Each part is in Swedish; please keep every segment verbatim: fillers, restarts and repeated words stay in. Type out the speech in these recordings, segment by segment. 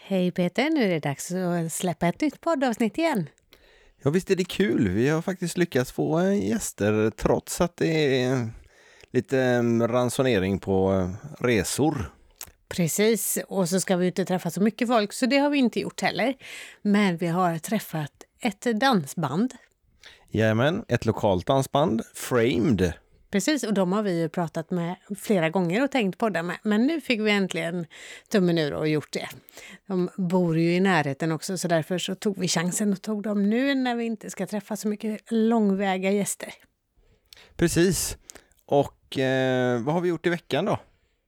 Hej Peter, nu är det dags att släppa ett nytt poddavsnitt igen. Ja, visst är det kul. Vi har faktiskt lyckats få gäster trots att det är lite ransonering på resor. Precis, och så ska vi inte träffa så mycket folk, så det har vi inte gjort heller. Men vi har träffat ett dansband. Jajamän, ett lokalt dansband, Framed. Precis, och de har vi ju pratat med flera gånger och tänkt podda med. Men nu fick vi äntligen tummen ur och gjort det. De bor ju i närheten också, så därför så tog vi chansen och tog dem nu när vi inte ska träffa så mycket långväga gäster. Precis. Och eh, vad har vi gjort i veckan då?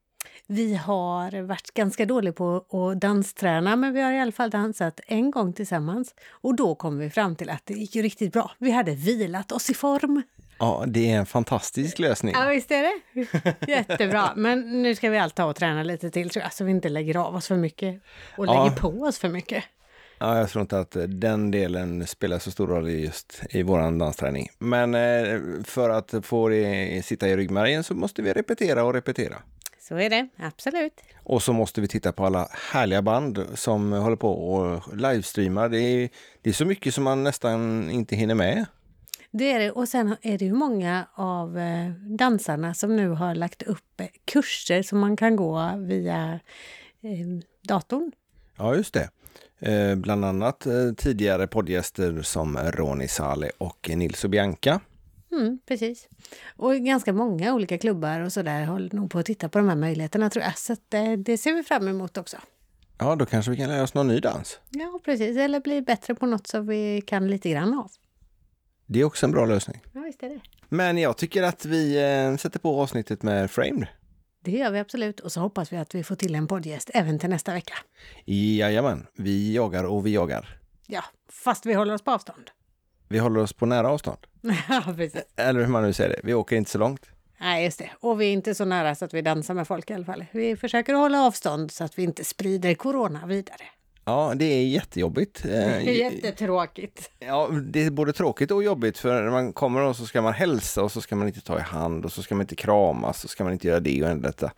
Vi har varit ganska dåliga på att dansträna, men vi har i alla fall dansat en gång tillsammans. Och då kom vi fram till att det gick ju riktigt bra. Vi hade vilat oss i form. Ja, det är en fantastisk lösning. Ja, visst är det. Jättebra. Men nu ska vi allt ta och träna lite till, tror jag, så vi inte lägger av oss för mycket och ja. lägger på oss för mycket. Ja, jag tror inte att den delen spelar så stor roll just i våran dansträning. Men eh, för att få det sitta i ryggmärgen så måste vi repetera och repetera. Så är det, absolut. Och så måste vi titta på alla härliga band som håller på och livestreamar. Det är, det är så mycket som man nästan inte hinner med. Det är det, och sen är det ju många av dansarna som nu har lagt upp kurser som man kan gå via eh, datorn. Ja, just det. Eh, bland annat eh, tidigare poddgäster som Ronny Sale och Nils och Bianca. Mm, precis. Och ganska många olika klubbar och sådär håller nog på att titta på de här möjligheterna, tror jag. Så att, eh, det ser vi fram emot också. Ja, då kanske vi kan lära oss någon ny dans. Ja, precis. Eller bli bättre på något som vi kan lite grann av. Det är också en bra lösning. Ja, visst är det. Men jag tycker att vi eh, sätter på avsnittet med Framed. Det gör vi absolut. Och så hoppas vi att vi får till en poddgäst även till nästa vecka. Jajamän, vi jagar och vi jagar. Ja, fast vi håller oss på avstånd. Vi håller oss på nära avstånd. Ja, precis. Eller hur man nu säger det. Vi åker inte så långt. Nej, just det. Och vi är inte så nära så att vi dansar med folk i alla fall. Vi försöker hålla avstånd så att vi inte sprider corona vidare. Ja, det är jättejobbigt. Det är jättetråkigt. Ja, det är både tråkigt och jobbigt, för när man kommer och så ska man hälsa och så ska man inte ta i hand och så ska man inte kramas och så ska man inte göra det och detta.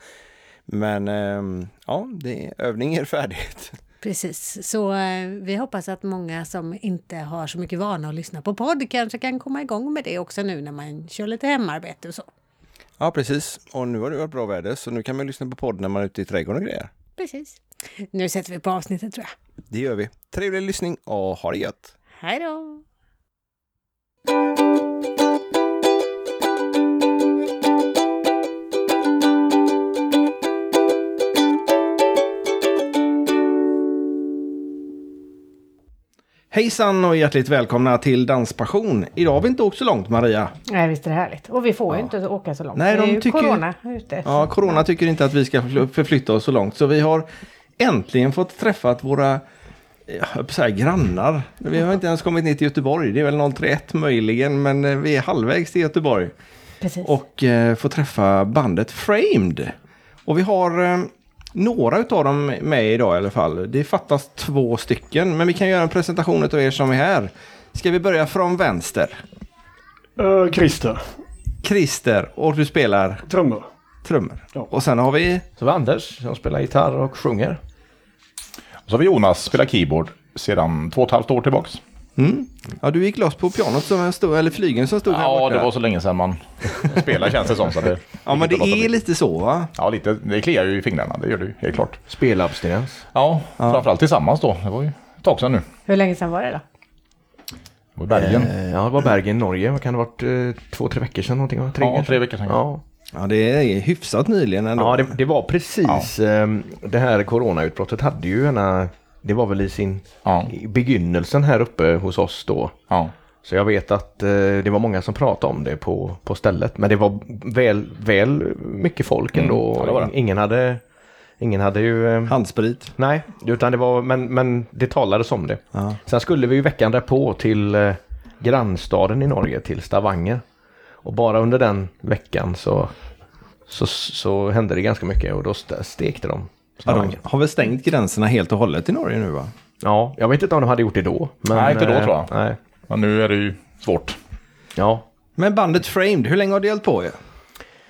Men ja, det är, övning är färdigt. Precis, så vi hoppas att många som inte har så mycket vana att lyssna på podd kanske kan komma igång med det också nu när man kör lite hemarbete och så. Ja, precis. Och nu har det varit bra väder så nu kan man lyssna på podd när man är ute i trädgården och grejer. Precis. Nu sätter vi på avsnittet, tror jag. Det gör vi. Trevlig lyssning och ha det gött. Hej då! Hejsan och hjärtligt välkomna till Danspassion. Idag har vi inte åkt så långt, Maria. Nej, visst är det härligt. Och vi får ja. ju inte åka så långt. Nej, de det är ju tycker... corona ute. Ja, corona ja. tycker inte att vi ska förflytta oss så långt. Så vi har äntligen fått träffa våra jag så här, grannar. Vi har inte ens kommit ner till Göteborg. Det är väl noll tre ett möjligen, men vi är halvvägs till Göteborg. Precis. Och eh, får träffa bandet Framed. Och vi har... Eh, några utav dem med idag i alla fall. Det fattas två stycken. Men vi kan göra en presentation av er som är här. Ska vi börja från vänster? Uh, Christer. Christer. Och du spelar? Trummor. Trummor. Ja. Och sen har vi? Så har vi Anders som spelar gitarr och sjunger. Och så har vi Jonas, spelar keyboard sedan två och ett halvt år tillbaks. Mm. Ja, du gick loss på pianot som stod, eller flygen som stod ja, här borta. Ja, det var så länge sedan man spelar, känns det som. Så det ja, men det är lite så, va? Ja, lite. Det kliar ju i fingrarna, det gör det ju, helt klart. Spelabstinens. Ja, ja, framförallt tillsammans då. Det var ju ett tag sedan nu. Hur länge sedan var det då? Det var Bergen. Eh, ja, det var Bergen, Norge. Vad kan det ha varit? Eh, två, tre veckor sedan någonting? Tre, ja, tre veckor sedan. Ja. Ja, det är hyfsat nyligen ändå. Ja, det, det var precis. Ja. Eh, det här coronautbrottet hade ju ena... Det var väl i sin ja. i begynnelsen här uppe hos oss då. Ja. Så jag vet att eh, det var många som pratade om det på, på stället. Men det var väl, väl mycket folk ändå. Mm, ja, det var det. Ingen hade... Ingen hade ju... Eh, handsprit. Nej, utan det var... Men, men det talades om det. Ja. Sen skulle vi ju veckan därpå till eh, grannstaden i Norge, till Stavanger. Och bara under den veckan så, så, så hände det ganska mycket. Och då stekte de. Ja, de har väl stängt gränserna helt och hållet i Norge nu, va? Ja, jag vet inte om de hade gjort det då. Men, nej, inte då tror jag. Nej. Men nu är det ju svårt. Ja. Men bandet Framed, hur länge har det hållit på er?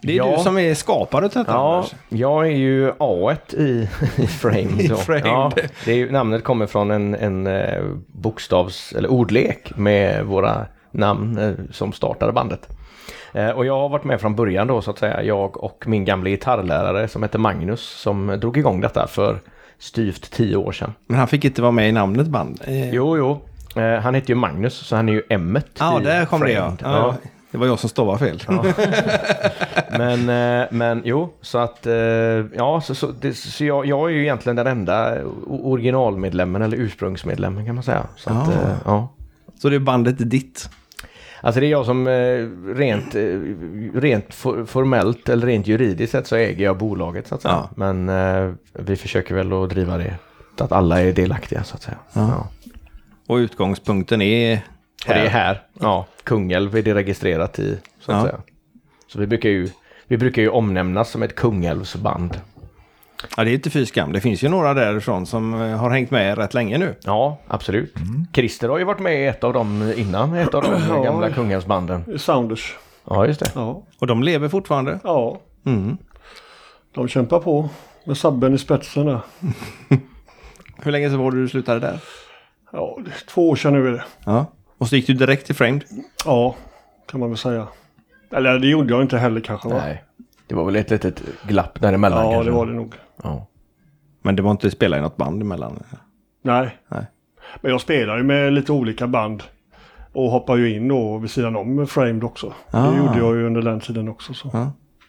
Det är Ja. du som är skapare till detta. Ja, Anders. jag är ju A ett i, i Framed. I då. Framed. Ja, det är ju, namnet kommer från en, en eh, bokstavs eller ordlek med våra namn eh, som startade bandet. Eh, och jag har varit med från början då så att säga. Jag och min gamla gitarrlärare som heter Magnus som drog igång detta för styvt tio år sedan. Men han fick inte vara med i namnet band. Eh, Jo, jo. Eh, han heter ju Magnus så han är ju Emmet Ja, i där kom det ja. Framed. ja. Det var jag som stavade fel. Ja. men, eh, men jo, så att eh, ja, så, så, det, så jag, jag är ju egentligen den enda o- originalmedlemmen eller ursprungsmedlemmen kan man säga. Så att, Ja. eh, ja. Så det är bandet ditt. Alltså det är jag som eh, rent, eh, rent for, formellt eller rent juridiskt sett så äger jag bolaget så att säga. Ja. Men eh, vi försöker väl att driva det så att alla är delaktiga så att säga. Ja. Ja. Och utgångspunkten är Och det är här. Ja, Kungälv är det registrerat i så att Ja. säga. Så vi brukar ju vi brukar ju omnämnas som ett Kungälvsband. Ja, det är inte fy skam. Det finns ju några därifrån som eh, har hängt med rätt länge nu. Ja, absolut. Mm. Christer har ju varit med i ett av dem innan, ett av de Ja. gamla Kungälvsbanden. Sounders. Ja, just det. Ja. Och de lever fortfarande. Ja. Mm. De kämpar på med sabben i spetsen där. Hur länge så var det du slutade där? Ja, det är två år sedan nu är det. Ja. Och så gick du direkt till Framed. Ja, kan man väl säga. Eller det gjorde jag inte heller kanske va? Nej, det var väl ett litet glapp däremellan Ja, kanske. det var det nog. Ja. Men det var inte spela i något band emellan. Nej. Nej. Men jag spelar ju med lite olika band. Och hoppar ju in då vid sidan om med Framed också. Ah. Det gjorde jag ju under den tiden också. Så. Ja.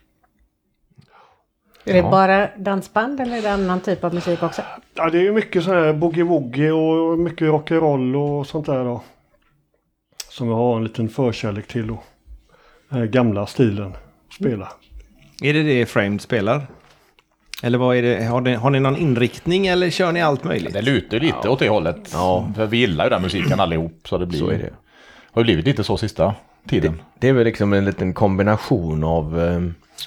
Är det Ja. bara dansband eller är det annan typ av musik också? Ja, det är ju mycket sån här boogie-woogie och mycket rock'n'roll och sånt där då. Som jag har en liten förkärlek till då. Den här gamla stilen att spela. Är det det Framed spelar? Eller vad är det? Har ni, har ni någon inriktning eller kör ni allt möjligt? Det lutar lite Ja. åt det hållet. Ja. För vi gillar ju den musiken allihop. Så det blir, Så är det. har ju blivit lite så sista tiden. Det är väl liksom en liten kombination av eh,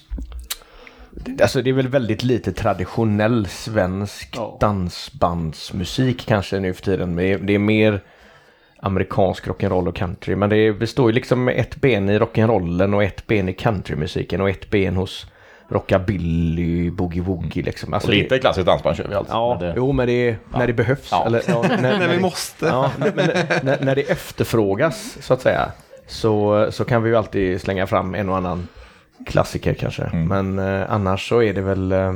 det- alltså det är väl väldigt lite traditionell svensk Ja. dansbandsmusik kanske nu för tiden. Men det är, det är mer amerikansk rock'n'roll och country. Men det består ju liksom med ett ben i rock'n'rollen och ett ben i countrymusiken och ett ben hos rockabilly, boogie-woogie liksom. Alltså Och lite det, klassiskt dansband kör vi alltså. ja, Men det, jo men det är när det behövs. Ja. Eller, ja, när, när, När vi det- måste. Ja, men när, när, när det efterfrågas så att säga så, så kan vi ju alltid slänga fram en och annan klassiker kanske. Mm. Men eh, annars så är det väl eh,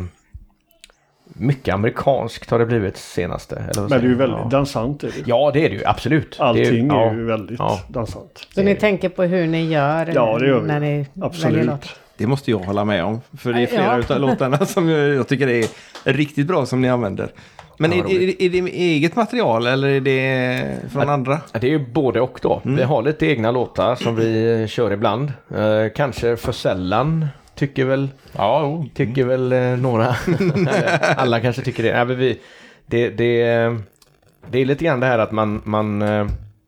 mycket amerikanskt har det blivit senaste. Eller vad Men det är säger ju jag? väldigt ja. dansant. Är det. Ja, det är det ju, absolut. Allting det är, ja, ju väldigt ja. dansant. Så ni tänker på hur ni gör Ja, det gör vi. när ni väljer Absolut. låtar? Det måste jag hålla med om. För det är Ja. flera utav låtarna som jag, jag tycker är riktigt bra som ni använder. Men Ja, är, roligt. är, det- är det eget material eller är det från andra? Ja, det är ju både och då. Mm. Vi har lite egna låtar som vi kör ibland. Eh, kanske för sällan tycker väl ja, jo. Tycker väl eh, några. Alla kanske tycker det. Ja, men vi, det, det. Det är lite grann det här att man... man eh,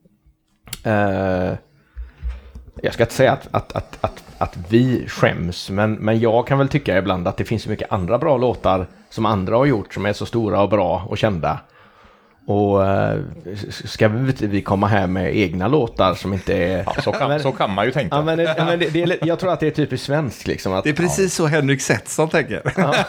eh, jag ska inte säga att, att, att, att, att vi skäms. Men, men jag kan väl tycka ibland att det finns så mycket andra bra låtar som andra har gjort som är så stora och bra och kända. Och eh, ska vi, vi komma här med egna låtar som inte är... Ja, så, kan, Men- så kan man ju tänka. Ja, men, det, men det, det är, li- jag tror att det är typiskt svenskt liksom. Att, Det är precis så Henrik Setson tänker.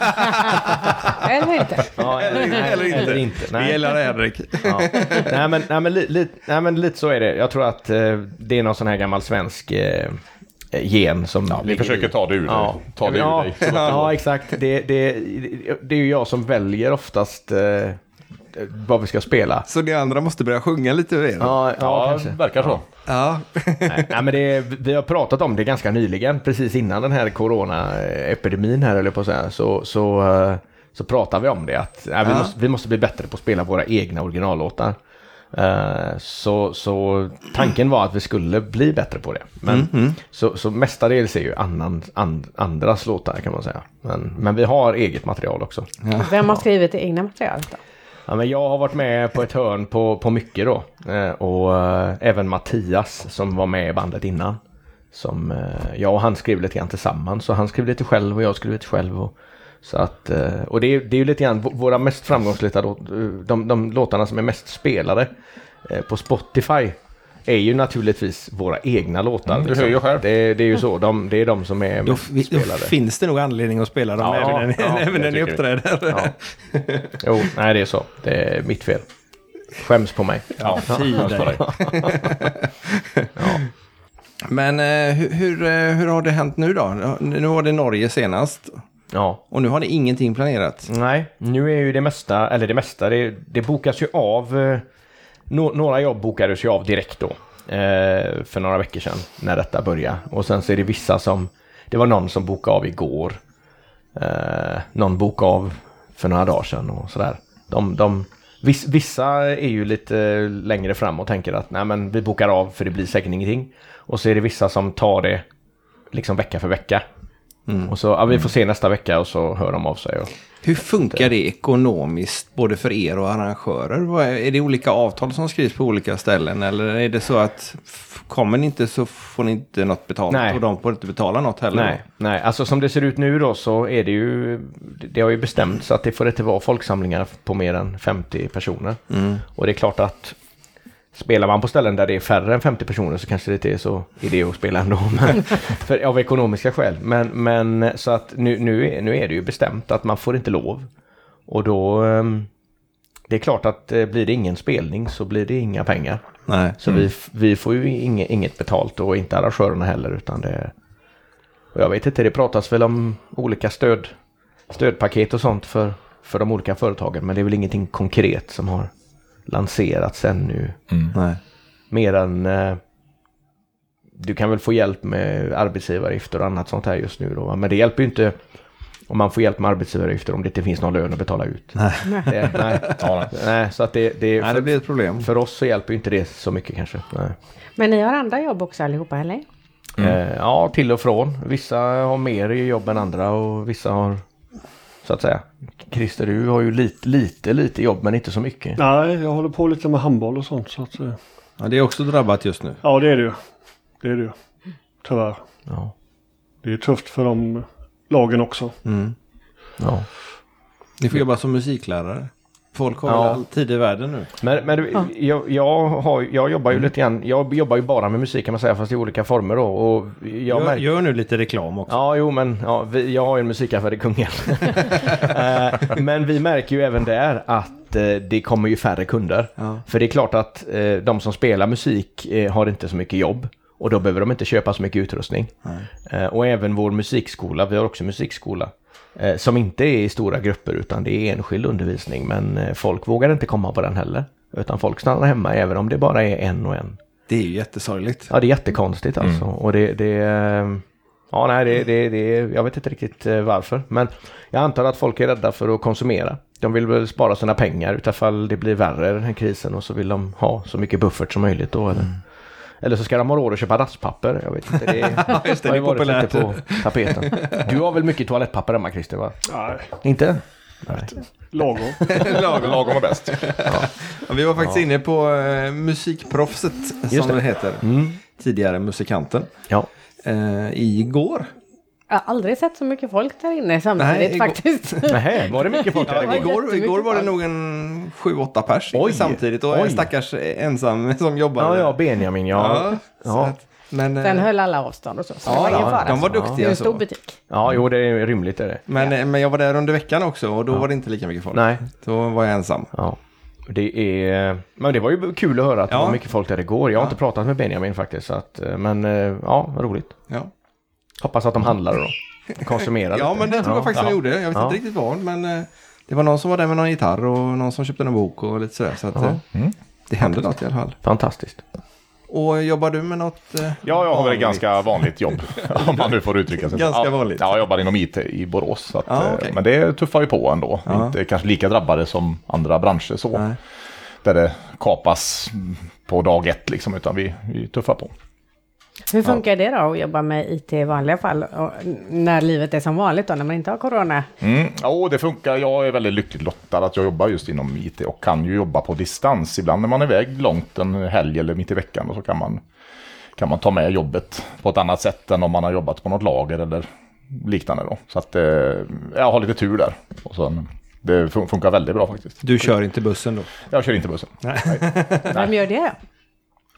Eller inte? Ja, eller, nej, Eller inte. Eller inte. Det Nej. gäller Henrik. Ja. Nej, men, nej, men, li, li, nej men lite så är det. Jag tror att eh, det är någon sån här gammal svensk eh, gen som... Ja, vi ligger försöker i- ta det ur, Ja. ta det ja, ur dig. ja, exakt. Det, det, det är ju jag som väljer oftast eh, vad vi ska spela. Så ni andra måste börja sjunga lite mer. Ja, ja, Ja, kanske. verkar så. Ja. Nej, nej, men det, vi har pratat om det ganska nyligen, precis innan den här corona-epidemin här, eller på så här, så, så, eh, så pratar vi om det, att nej, vi, Ja. måste, vi måste bli bättre på att spela våra egna originallåtar. Eh, så, så tanken var att vi skulle bli bättre på det. Men, Mm, Så, så mestadels är ju annan, and, andras låtar kan man säga. Men, men vi har eget material också. Vem har skrivit det egna materialet då? Ja, men jag har varit med på ett hörn på, på mycket då. Eh, och eh, även Mattias som var med i bandet innan. Som, eh, jag och han skrev lite grann tillsammans. Så han skrev lite själv och jag skrev lite själv. Och, så att, eh, och det är, det är ju lite grann v- våra mest framgångsrika låt, de, de låtarna som är mest spelade eh, på Spotify. är ju naturligtvis våra egna låtar. Mm, du liksom. hör ju själv. Det, det är ju så. De, det är de som är Då, mest då spelade. finns det nog anledning att spela dem Ja, även, ja, även när ni tycker vi. uppträder. Ja. Jo, nej det är så. Det är mitt fel. Skäms på mig. Ja, Fy dig. Ja. Men eh, hur, hur, eh, hur har det hänt nu då? Nu var det Norge senast. Ja. Och nu har ni ingenting planerat. Nej, nu är ju det mesta, eller det mesta, det, det bokas ju av, eh, no, några jobb bokades ju av direkt då, eh, för några veckor sedan när detta började. Och sen så är det vissa som, det var någon som bokade av igår, eh, någon bokade av för några dagar sedan och sådär. De, de, viss, vissa är ju lite längre fram och tänker att nej men vi bokar av för det blir säkert ingenting. Och så är det vissa som tar det liksom vecka för vecka. Mm. Och så, ja, vi får se nästa vecka och så hör de av sig. Och... Hur funkar det ekonomiskt både för er och arrangörer? Vad är, är det olika avtal som skrivs på olika ställen? Eller är det så att f- kommer ni inte så får ni inte något betalt Nej. och de får inte betala något heller? Nej, nej, alltså som det ser ut nu då så är det ju, det har ju bestämt så att det får inte vara folksamlingar på mer än femtio personer. Mm. Och det är klart att spelar man på ställen där det är färre än femtio personer så kanske det inte är så idé att spela ändå. Men, för, av ekonomiska skäl. Men, men så att nu, nu, är, nu är det ju bestämt att man får inte lov. Och då, det är klart att blir det ingen spelning så blir det inga pengar. Nej. Så mm. vi, vi får ju inget, inget betalt och inte arrangörerna heller. Utan det, och jag vet inte, det pratas väl om olika stöd, stödpaket och sånt för, för de olika företagen. Men det är väl ingenting konkret som har lanserats sen nu. Mm. Nej. Mer än eh, du kan väl få hjälp med arbetsgivaravgifter och annat sånt här just nu då. Men det hjälper ju inte om man får hjälp med arbetsgivaravgifter om det inte finns någon lön att betala ut. Nej. Det, nej. Ja, nej, så att det, det, nej, för, det blir ett problem. För oss så hjälper ju inte det så mycket kanske. Nej. Men ni har andra jobb också allihopa, eller? Mm. Eh, ja, till och från. Vissa har mer jobb än andra och vissa har, så att säga. Christer, du har ju lite, lite, lite jobb men inte så mycket. Nej, jag håller på lite med handboll och sånt. Så att, ja, det är också drabbat just nu. ja, det är det ju. Det är det ju. Tyvärr. Ja. Det är tufft för de lagen också. Mm. Ja. Ni får jobba som musiklärare. Folk har Ja. all tid i världen nu. Men, men du, jag, jag, har, jag jobbar ju lite grann, jag jobbar ju bara med musik kan man säga, fast i olika former då. Och jag Gör, märker, gör nu lite reklam också. ja, jo, men ja, vi, jag har ju en musikaffär i Kungälv. Eh, men vi märker ju även där att eh, det kommer ju färre kunder. Ja. För det är klart att eh, de som spelar musik eh, har inte så mycket jobb. Och då behöver de inte köpa så mycket utrustning. Eh, och även vår musikskola, vi har också musikskola. Eh, som inte är i stora grupper utan det är enskild undervisning. Men eh, folk vågar inte komma på den heller. Utan folk stannar hemma även om det bara är en och en. Det är ju jättesorgligt. Ja, det är jättekonstigt alltså. Mm. Och det, det, ja, nej, det, det, det, jag vet inte riktigt varför. Men jag antar att folk är rädda för att konsumera. De vill väl spara sina pengar utifall det blir värre den här krisen. Och så vill de ha så mycket buffert som möjligt då. Eller, mm. eller så ska de ha råd att köpa dasspapper. Jag vet inte, det, ja, just det, har det är varit populärt. lite på tapeten. Du har väl mycket toalettpapper hemma, Christer, va? Nej, Inte? Nej. lagom. lagom. Lagom är bäst. Ja, vi var faktiskt Ja. inne på eh, musikproffset som det. det heter. Mm. Tidigare musikanten. Ja. Eh, igår. Jag har aldrig sett så mycket folk där inne samtidigt Nej, igår- faktiskt. Nähä, var det mycket folk där Ja, igår? igår, jättemycket igår var det folk. nog en sju, åtta pers Oj, samtidigt. Och en oj. stackars ensam som jobbar. Ja, ja, Benjamin, ja. Ja, så Ja. att, men, eh, Sen höll alla avstånd och så. Så ja, det var ingen ja, fara. de var Det är duktiga en stor så. butik. Ja, jo, det är rimligt är det. Men, eh, men jag var där under veckan också och då var det inte lika mycket folk. Nej. Då var jag ensam. Ja. Det är, men det var ju kul att höra att Ja. det var mycket folk där igår. Jag har Ja. inte pratat med Benjamin faktiskt. Så att, men ja, roligt. Ja, Hoppas att de handlar då. Konsumerar ja lite. men det tror jag faktiskt ja. de gjorde. Jag vet Ja. inte riktigt vad. Men eh, det var någon som var där med någon gitarr och någon som köpte en bok och lite sådär. Så att, Ja. eh, Mm. det händer något i alla fall. Fantastiskt. Och jobbar du med något? Eh, Ja, jag har väl vanligt? ett ganska vanligt jobb. Om man nu får uttrycka sig. Ganska ja, vanligt. Ja, jag jobbar inom I T i Borås. Så att, Ja, eh, okej. Men det tuffar ju på ändå. Ja. Inte kanske lika drabbade som andra branscher så. Nej. Där det kapas på dag ett liksom. Utan vi, vi tuffar på. Hur funkar det då att jobba med I T i vanliga fall? Och när livet är som vanligt då, när man inte har corona? Mm. Ja, det funkar. Jag är väldigt lyckligt lottad att jag jobbar just inom I T och kan ju jobba på distans. Ibland när man är iväg långt en helg eller mitt i veckan och så kan man, kan man ta med jobbet på ett annat sätt än om man har jobbat på något lager eller liknande då. Så att eh, jag har lite tur där. Och så, det fun- funkar väldigt bra faktiskt. Du kör inte bussen då? Jag kör inte bussen. Vem gör det?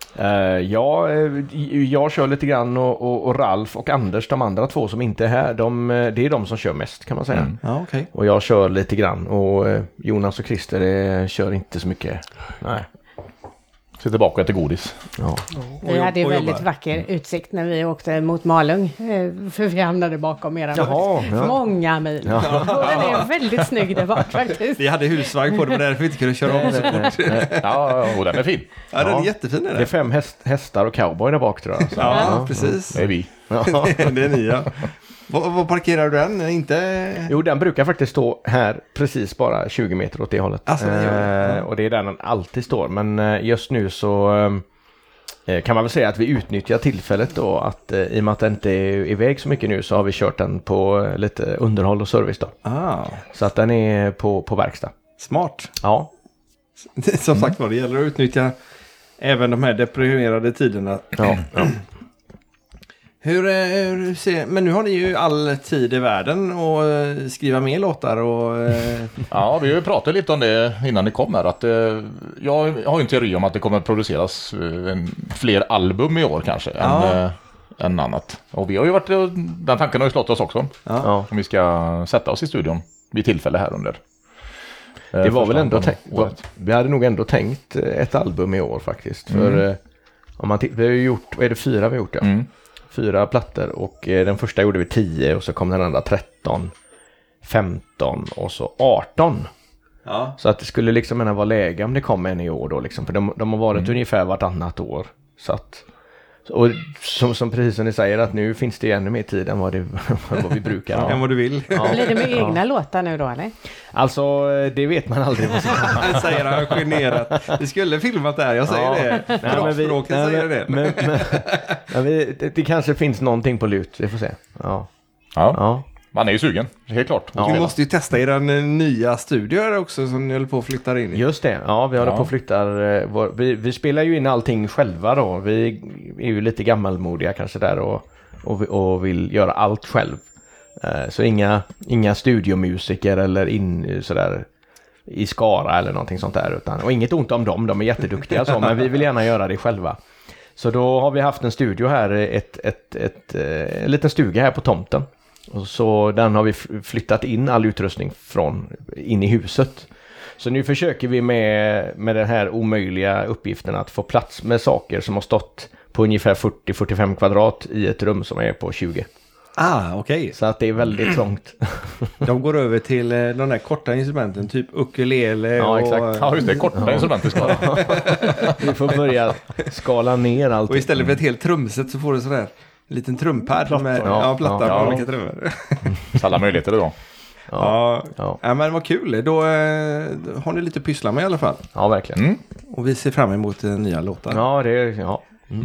Uh, ja, jag kör lite grann och, och, och Ralf och Anders, de andra två som inte är här, de, det är de som kör mest kan man säga. Mm. Ja, okay. Och jag kör lite grann och Jonas och Christer det, kör inte så mycket. Nej. Sitter bak och äter godis. Ja. Vi hade ju väldigt vacker utsikt när vi åkte mot Malung. För vi hamnade bakom era Jaha, ja. Många mil. Ja. Och den är väldigt snygg där bak faktiskt. Vi hade husvagn på det, men därför vi inte kunde köra om så fort. Ja, och den är fin. Ja, den är jättefin. Är det? det är fem häst, hästar och cowboy där bak tror jag. Så. Ja, Ja, precis. Det är vi. Ja. Det är ni, ja. Var, var parkerar du den? Inte... Jo, den brukar faktiskt stå här precis bara tjugo meter åt det hållet. Alltså, det gör det. Eh, och det är där den alltid står. Men eh, just nu så eh, kan man väl säga att vi utnyttjar tillfället då att eh, i och med att den inte är iväg så mycket nu så har vi kört den på eh, lite underhåll och service då. Ah, Så att den är på, på verkstad. smart. Ja. Som sagt var, det gäller att utnyttja även de här deprimerade tiderna. Ja. ja. Hur, hur ser, men nu har ni ju all tid i världen att skriva mer låtar och... Ja, vi har ju pratat lite om det innan ni kom här. Att, eh, jag har ju en teori om att det kommer att produceras eh, en, fler album i år kanske Ja. än, eh, än annat. Och vi har ju varit, den tanken har ju slått oss också. Ja. Ja. Om vi ska sätta oss i studion vid tillfälle här under. eh, Det var väl första ändå halvan tänkt, av året. vi hade nog ändå tänkt ett album i år faktiskt. För Mm. eh, om man t- vi har ju gjort, vad är det, fyra vi har gjort ja. Mm. Fyra plattor och eh, den första gjorde vi tio och så kom den andra tretton, femton och så arton. Ja. Så att det skulle liksom menar vara läge om det kom en i år då liksom. För de, de har varit Mm. ungefär vartannat år. Så att, och som, som precis som ni säger att nu finns det ännu mer tid än vad, det, vad vi brukar ha. Än vad du vill. Ja. Blir det med egna Ja. låtar nu då eller? Alltså det vet man aldrig vad som kommer. Det säger han generat. Vi skulle filmat det här, jag säger Ja. det. Nej, men vi- Kroppsspråket nej, säger men- det. Men, men, men vi, det, det kanske finns någonting på lut, vi får se. Ja. Ja, Ja. man är ju sugen, helt klart. Ja. Vi måste ju testa er nya studio här också som ni håller på att flytta in i. Just det, ja vi håller Ja. på att flytta. eh, Vår, vi, vi spelar ju in allting själva då. Vi är ju lite gammalmodiga kanske där och, och, vi- och vill göra allt själv. Eh, Så inga, inga studiomusiker eller in sådär i Skara eller någonting sånt där. Utan, och inget ont om dem, de är jätteduktiga så, men vi vill gärna göra det själva. Så då har vi haft en studio här, ett, ett, ett, eh, en liten stuga här på tomten. Och så den har vi f- flyttat in all utrustning från in i huset. Så nu försöker vi med, med den här omöjliga uppgiften att få plats med saker som har stått på ungefär fyrtio till fyrtiofem kvadrat i ett rum som är på tjugo. Ah, okej. Så att det är väldigt trångt. De går över till eh, de där korta instrumenten, typ ukulele Ja, och... exakt. Ja, just det, korta instrument vi ska ha. Vi får börja skala ner allt. Och istället för ett helt trumset så får du sådär en liten trumpad med Ja, ja, platta ja. på olika trummor. Så alla möjligheter idag. Ja. Ja. Ja, men vad kul. Då, eh, då har ni lite att pyssla med i alla fall. Ja, verkligen. Mm. Och vi ser fram emot eh, nya låtar. Ja, det är... Ja.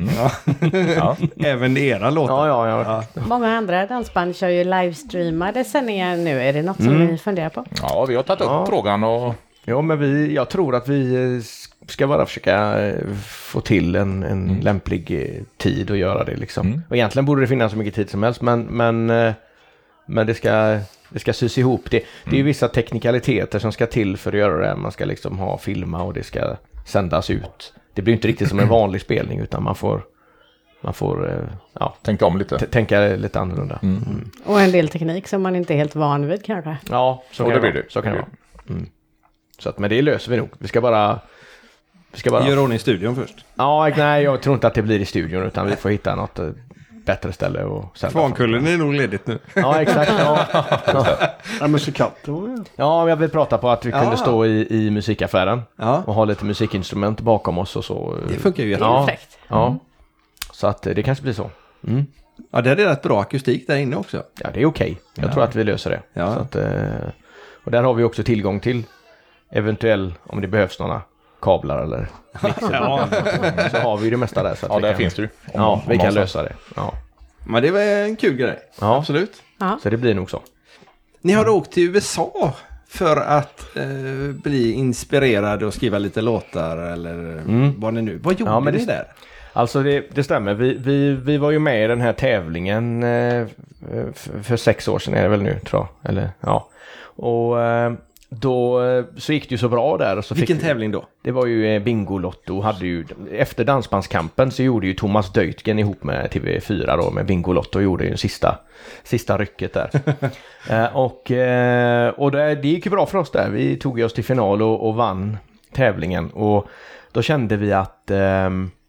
Ja. Även era låtar. Ja, ja, ja. Många andra dansband kör ju livestreamade sändningar nu. Är det något som Mm. ni funderar på? Ja, vi har tagit upp Ja. frågan och Ja, men vi, jag tror att vi eh, ska bara försöka eh, få till en, en lämplig eh, tid och göra det liksom. Mm. Och egentligen borde det finnas så mycket tid som helst, men, men, eh, men det, ska, det ska sys ihop. Det, det är ju vissa teknikaliteter som ska till för att göra det. Man ska liksom ha filma och det ska sändas ut. Det blir inte riktigt som en vanlig spelning utan man får, man får eh, ja, tänka om lite. t- tänka lite annorlunda. Mm. Mm. Och en del teknik som man inte är helt van vid kanske. Ja, så Och kan det det blir vara. det. Så kan det Det vara. Mm. Så att, men det löser vi nog. Vi ska bara... Vi ska bara... Gör ordning studion först. Ja, nej, jag tror inte att det blir i studion utan vi får hitta något eh, bättre ställe och sända. Kvarnkullen är nog ledigt nu. Ja, exakt. Ja, Ja, musikatter var det. ja jag vill prata på att vi kunde Ja. stå i, i musikaffären Ja, och ha lite musikinstrument bakom oss och så. det funkar ju jättebra. Ja. Perfekt. Ja, så att eh, det kanske blir så. Mm. Ja, det är rätt bra akustik där inne också. Ja, det är okej. Jag tror att vi löser det. Ja. Så att, eh, och där har vi också tillgång till eventuell, om det behövs några kablar eller mixer. Så har vi det mesta där. Så att Ja, vi där kan, finns det ju. Om- Ja, om vi kan någonstans. lösa det. Ja. Men det var en kul grej. Ja. Absolut. Ja. Så det blir nog så. Ni har åkt till U S A för att eh, bli inspirerade och skriva lite låtar eller Mm. vad ni nu. Vad gjorde Ja, men ni det- där? Alltså det, det stämmer. Vi, vi, vi var ju med i den här tävlingen eh, för, för sex år sedan är det väl nu tror jag. Eller, ja. Och eh, då så gick det ju så bra där. Och så Vilken fick tävling då? Det var ju Bingolotto. Hade ju, efter Dansbandskampen så gjorde ju Thomas Deutgen ihop med T V fyra då, med Bingolotto, och gjorde ju den sista, sista rycket där. eh, och eh, och det, det gick ju bra för oss där. Vi tog oss till final och, och vann tävlingen. Och då kände vi att eh,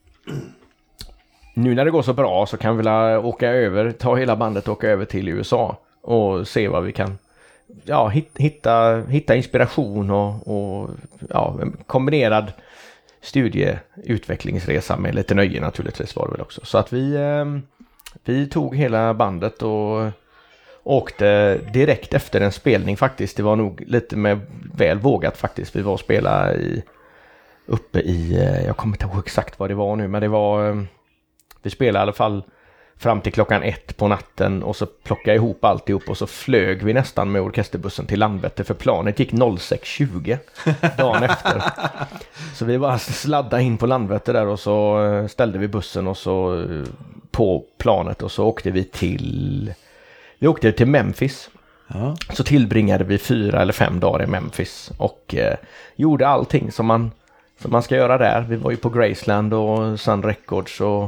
nu när det går så bra så kan vi väl åka över, ta hela bandet och åka över till U S A och se vad vi kan, ja, hitta, hitta inspiration och, och ja, en kombinerad studieutvecklingsresa med lite nöje naturligtvis var det väl också. Så att vi, eh, vi tog hela bandet och åkte direkt efter en spelning faktiskt. Det var nog lite med väl vågat faktiskt. Vi var och spela i, uppe i, jag kommer inte ihåg exakt vad det var nu, men det var, vi spelade i alla fall fram till klockan ett på natten och så plockade jag ihop alltihop och så flög vi nästan med orkesterbussen till Landvetter, för planet gick sex tjugo dagen efter. Så vi bara sladdade in på Landvetter där och så ställde vi bussen och så på planet och så åkte vi till vi åkte till Memphis. Ja. Så tillbringade vi fyra eller fem dagar i Memphis och eh, gjorde allting som man, som man ska göra där. Vi var ju på Graceland och Sun Records och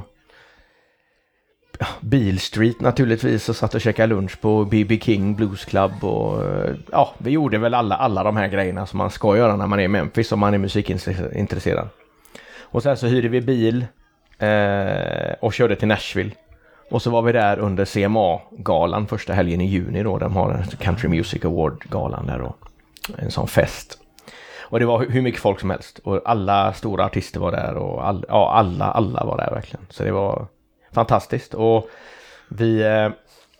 Beale Street naturligtvis och satt och käkade lunch på B B King Blues Club och ja, vi gjorde väl alla, alla de här grejerna som man ska göra när man är i Memphis om man är musikintresserad. Och sen så hyrde vi bil eh, och körde till Nashville. Och så var vi där under C M A-galan första helgen i juni då. De har en Country Music Award-galan där och en sån fest. Och det var hur mycket folk som helst. Och alla stora artister var där och all, ja, alla, alla var där verkligen. Så det var fantastiskt. Och vi, eh,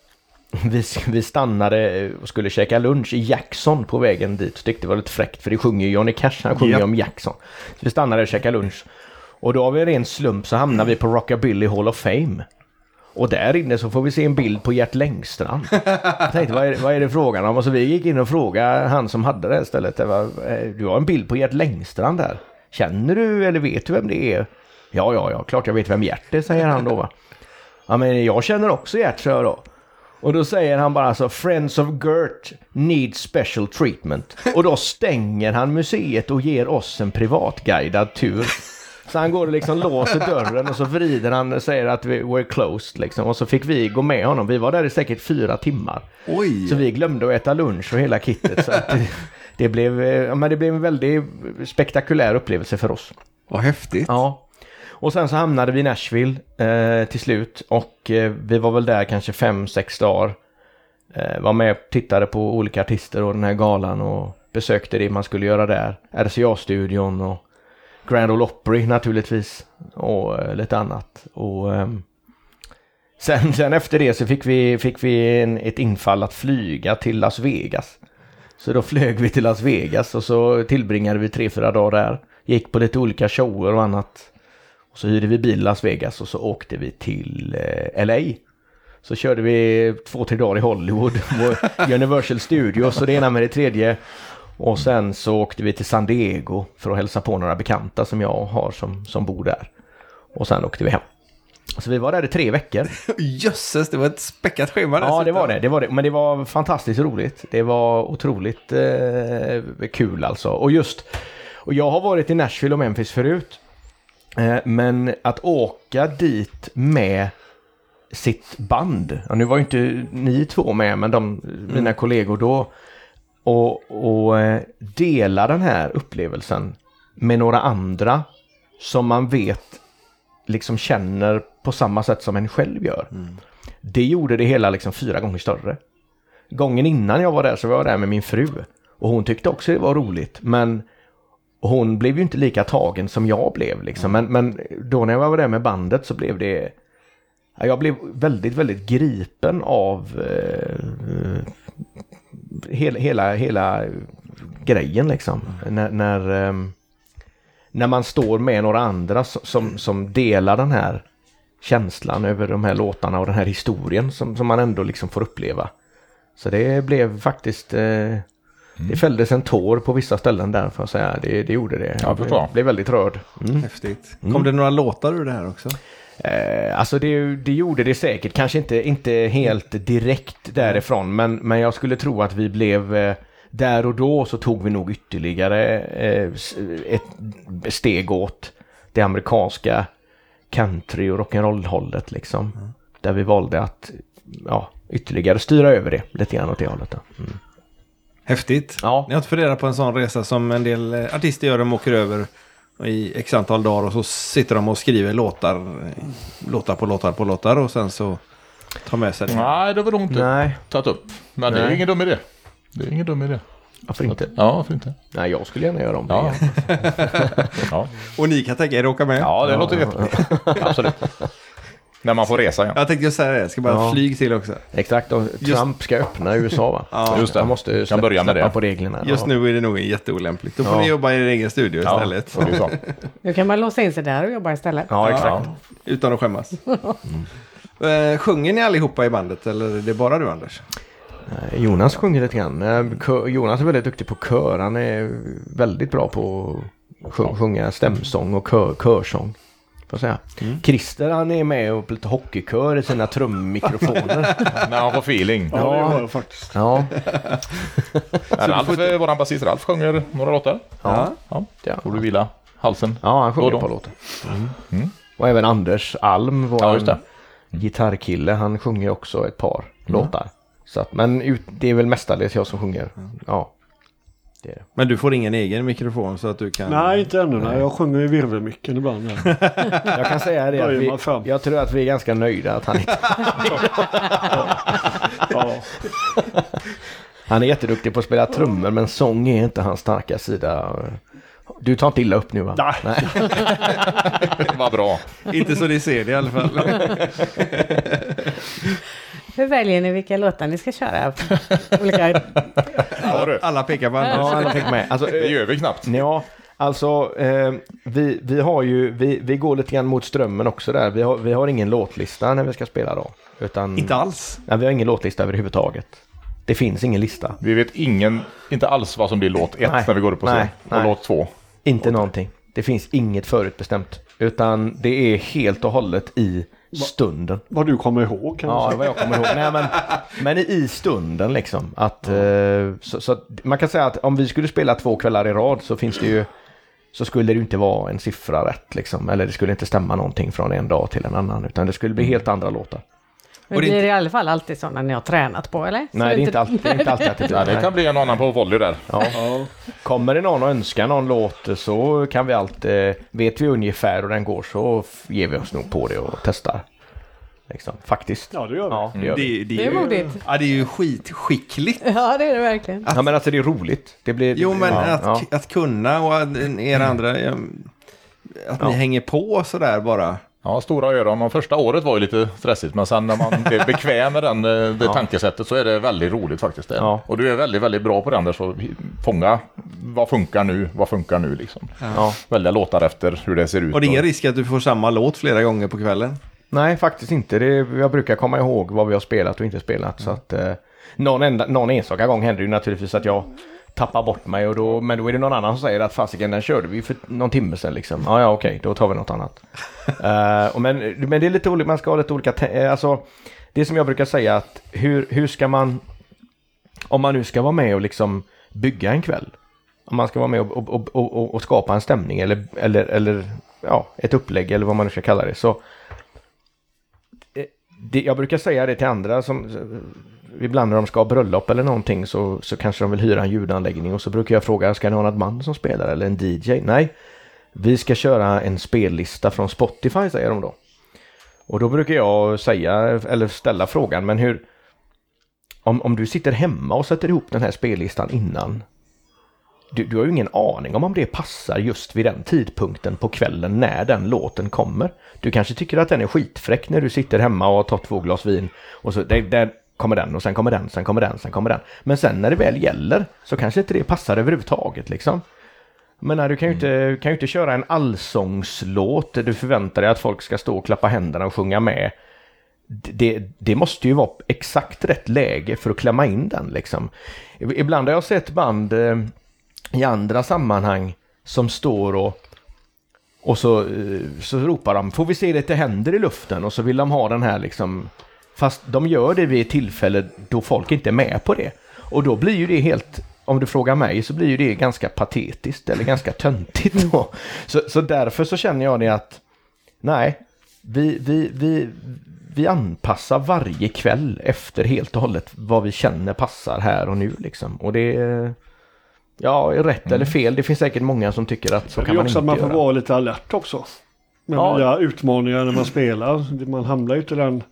vi, vi stannade och skulle käka lunch i Jackson på vägen dit. Så tyckte det var lite fräckt för det sjunger ju Johnny Cash, han sjunger ja. om Jackson. Så vi stannade och käkade lunch. Och då av en ren slump så hamnade vi på Rockabilly Hall of Fame. Och där inne så får vi se en bild på Gert Längstrand. Jag tänkte, vad är, vad är det frågan om? Och så vi gick in och frågade han som hade det här stället. Det var, du har en bild på Gert Längstrand där. Känner du eller vet du vem det är? Ja, ja, ja, klart jag vet vem Gert är, säger han då va. Ja, men jag känner också Gert, så då. Och då säger han bara så, Friends of Gert need special treatment. Och då stänger han museet och ger oss en privatguidad tur. Så han går och liksom låser dörren och så vrider han och säger att vi were closed liksom. Och så fick vi gå med honom. Vi var där i säkert fyra timmar. Oj. Så vi glömde att äta lunch och hela kittet. Så att det, det, blev, ja, men det blev en väldigt spektakulär upplevelse för oss. Vad häftigt. Ja. Och sen så hamnade vi i Nashville eh, till slut. Och eh, vi var väl där kanske fem, sex dagar. Eh, var med och tittade på olika artister och den här galan. Och besökte det man skulle göra där. R C A-studion och Grand Ole Opry naturligtvis och uh, lite annat. Och um, sen, sen efter det så fick vi, fick vi en, ett infall att flyga till Las Vegas. Så då flög vi till Las Vegas och så tillbringade vi tre, fyra dagar där. Gick på lite olika shower och annat. Och så hyrde vi bil i Las Vegas och så åkte vi till uh, L A. Så körde vi två, tre dagar i Hollywood. Universal Studios och det ena med det tredje. Och sen så åkte vi till San Diego för att hälsa på några bekanta som jag har som, som bor där. Och sen åkte vi hem. Så vi var där i tre veckor. Jösses, det var ett späckat schema. Ja, det var det, det var det. Men det var fantastiskt roligt. Det var otroligt eh, kul alltså. Och just, och jag har varit i Nashville och Memphis förut. Eh, men att åka dit med sitt band. Ja, nu var ju inte ni två med, men de, mina mm. kollegor då. Och, och dela den här upplevelsen med några andra som man vet liksom känner på samma sätt som en själv gör. Mm. Det gjorde det hela liksom fyra gånger större. Gången innan jag var där så var jag där med min fru. Och hon tyckte också det var roligt. Men hon blev ju inte lika tagen som jag blev. Liksom. Men, men då när jag var där med bandet så blev det... Jag blev väldigt, väldigt gripen av... Eh, Hela, hela, hela grejen liksom. Mm. När, när, um, när man står med några andra som, som delar den här känslan över de här låtarna och den här historien som, som man ändå liksom får uppleva. Så det blev faktiskt uh, mm. det fälldes en tår på vissa ställen där för att säga. Det, det gjorde det. Ja, jag blev väldigt rörd. Mm. Häftigt. Kom mm. det några låtar ur det här också? Eh, alltså det, det gjorde det säkert, kanske inte, inte helt direkt därifrån, men, men jag skulle tro att vi blev, eh, där och då så tog vi nog ytterligare eh, ett steg åt det amerikanska country- och rock'n'roll-hållet liksom. Mm. Där vi valde att ja, ytterligare styra över det lite grann åt det hållet. Mm. Häftigt. Ja. Ni har inte funderat på en sån resa som en del artister gör, de åker över i x antal dagar och så sitter de och skriver låtar, låtar på låtar på låtar och sen så tar med sig det. Nej, det var nog inte Nej. tagit upp. Men Nej. det är ingen dum idé. Det är ingen dum idé. Varför inte? Ja, varför inte? Nej, jag skulle gärna göra om det. Ja. ja. Och ni kan tänka er att åka med? Ja, det ja, låter jättebra. Absolut. När man får resa, ja. Jag tänkte just säga det. Jag ska bara ja. flyg till också. Exakt, och Trump just... ska öppna U S A, va? Ja, just det. Man måste kan börja med det. på reglerna. Just ja. nu är det nog jätteolämpligt. Då får ja. ni jobba i er egen studio ja, istället. Det är så. Nu kan man låsa in sig där och jobba istället. Ja, exakt. Ja, utan att skämmas. mm. eh, sjunger ni allihopa i bandet eller är det bara du, Anders? Jonas sjunger lite grann. Jonas är väldigt duktig på kör. Han är väldigt bra på att sjunga stämsång och kör, körsång. Får säga. Mm. Christer, han är med och lite hockeykör i sina trummikrofoner. När han får feeling. Ja, det var det faktiskt. Ja. Ralf, får... våran basist Ralf sjunger några låtar. Ja. Ja. ja. Får du vila halsen? Ja, han sjunger på låtar. Mm. Mm. Och även Anders Alm, vår ja, mm. gitarrkille, han sjunger också ett par mm. låtar. Så att, men ut, det är väl mestadels jag som sjunger. Mm. Ja. Det är det. Men du får ingen egen mikrofon så att du kan... Nej, inte ännu. Nej. Jag sjunger i virvelmicken ibland. Jag kan säga det att vi, jag tror att vi är ganska nöjda att han inte... ja. Han är jätteduktig på att spela trummor, men sång är inte hans starka sida. Du tar inte illa upp nu, va? Nej. Nej. Vad bra. Inte så ni ser det i alla fall. Hur väljer ni vilka låtar ni ska köra? Olika... alla, alla pekar på Anders. Ja, alla pekar med. Alltså, det gör vi knappt. Ja, alltså eh, vi, vi har ju vi, vi går lite grann mot strömmen också där. Vi har, vi har ingen låtlista när vi ska spela då. Utan, inte alls? Nej, vi har ingen låtlista överhuvudtaget. Det finns ingen lista. Vi vet ingen, inte alls vad som blir låt ett nej, när vi går upp på scen. Och nej. låt två. Inte någonting. Det finns inget förutbestämt. Utan det är helt och hållet i stunden. Vad du kommer ihåg kan Ja, vad jag kommer ihåg. Nej, men, men i stunden liksom. Att, eh, så, så man kan säga att om vi skulle spela två kvällar i rad så finns det ju så skulle det ju inte vara en siffra rätt liksom. Eller det skulle inte stämma någonting från en dag till en annan. Utan det skulle bli helt andra låtar. Men blir det i alla fall alltid sådana ni har tränat på, eller? Nej, det är inte alltid, det är inte alltid att det, nej, det kan bli en annan på volley där. Ja. Kommer det någon och önskar någon låt så kan vi alltid, vet vi ungefär hur den går så ger vi oss nog på det och testar. Liksom, faktiskt. Ja, det gör vi. Ja, det, gör vi. Det, det, det är ju, modigt. Ja, det är ju skitskickligt. Ja, det är det verkligen. Att, ja, men alltså det är roligt. Det blir, jo, men ja, att, ja. att kunna och att er andra, att ja. ni hänger på sådär bara. Ja, stora öron. Och första året var ju lite stressigt, men sen när man blir bekväm med den, det ja. tankesättet så är det väldigt roligt faktiskt. Det. Ja. Och du är väldigt, väldigt bra på den där, så fånga vad funkar nu, vad funkar nu liksom. Ja. Välja låtar efter hur det ser ut. Och det är ingen risk att du får samma låt flera gånger på kvällen? Nej, faktiskt inte. Det är, jag brukar komma ihåg vad vi har spelat och inte spelat. Mm. Så att, eh, någon, enda, någon enstaka gång händer ju naturligtvis att jag tappar bort mig. Och då, men då är det någon annan som säger att fasiken, den körde vi för någon timme sedan. Liksom. Ja, ja, okej, då tar vi något annat. uh, och men, men det är lite olika, man ska ha lite olika... Te- alltså, det som jag brukar säga att hur, hur ska man... Om man nu ska vara med och liksom bygga en kväll. Om man ska vara med och, och, och, och, och skapa en stämning eller, eller, eller ja, ett upplägg eller vad man nu ska kalla det. Så det, jag brukar säga det till andra som ibland när de ska ha bröllop eller någonting så, så kanske de vill hyra en ljudanläggning och så brukar jag fråga, ska ni ha något band som spelar eller en D J? Nej, vi ska köra en spellista från Spotify, säger de då. Och då brukar jag säga eller ställa frågan, men hur om, om du sitter hemma och sätter ihop den här spellistan innan, du, du har ju ingen aning om om det passar just vid den tidpunkten på kvällen när den låten kommer. Du kanske tycker att den är skitfräck när du sitter hemma och har tagit två glas vin och så där, där kommer den och sen kommer den, sen kommer den, sen kommer den. Men sen när det väl gäller så kanske inte det passar överhuvudtaget liksom. Men nej, du kan ju inte, kan ju inte köra en allsångslåt där du förväntar dig att folk ska stå och klappa händerna och sjunga med. Det, det måste ju vara exakt rätt läge för att klämma in den liksom. Ibland har jag sett band eh, i andra sammanhang som står och och så, så ropar de, får vi se lite händer i luften, och så vill de ha den här liksom, fast de gör det vid ett tillfälle då folk inte är med på det, och då blir ju det helt om du frågar mig så blir ju det ganska patetiskt eller ganska töntigt då. Så, så därför så känner jag det att nej, vi, vi, vi, vi anpassar varje kväll efter helt och hållet vad vi känner passar här och nu liksom. Och det är, ja, är rätt mm. eller fel. Det finns säkert många som tycker att så kan man inte göra. Det är också att man får vara lite alert också. Med ja. nya utmaningar när man spelar. Man hamnar ju inte i den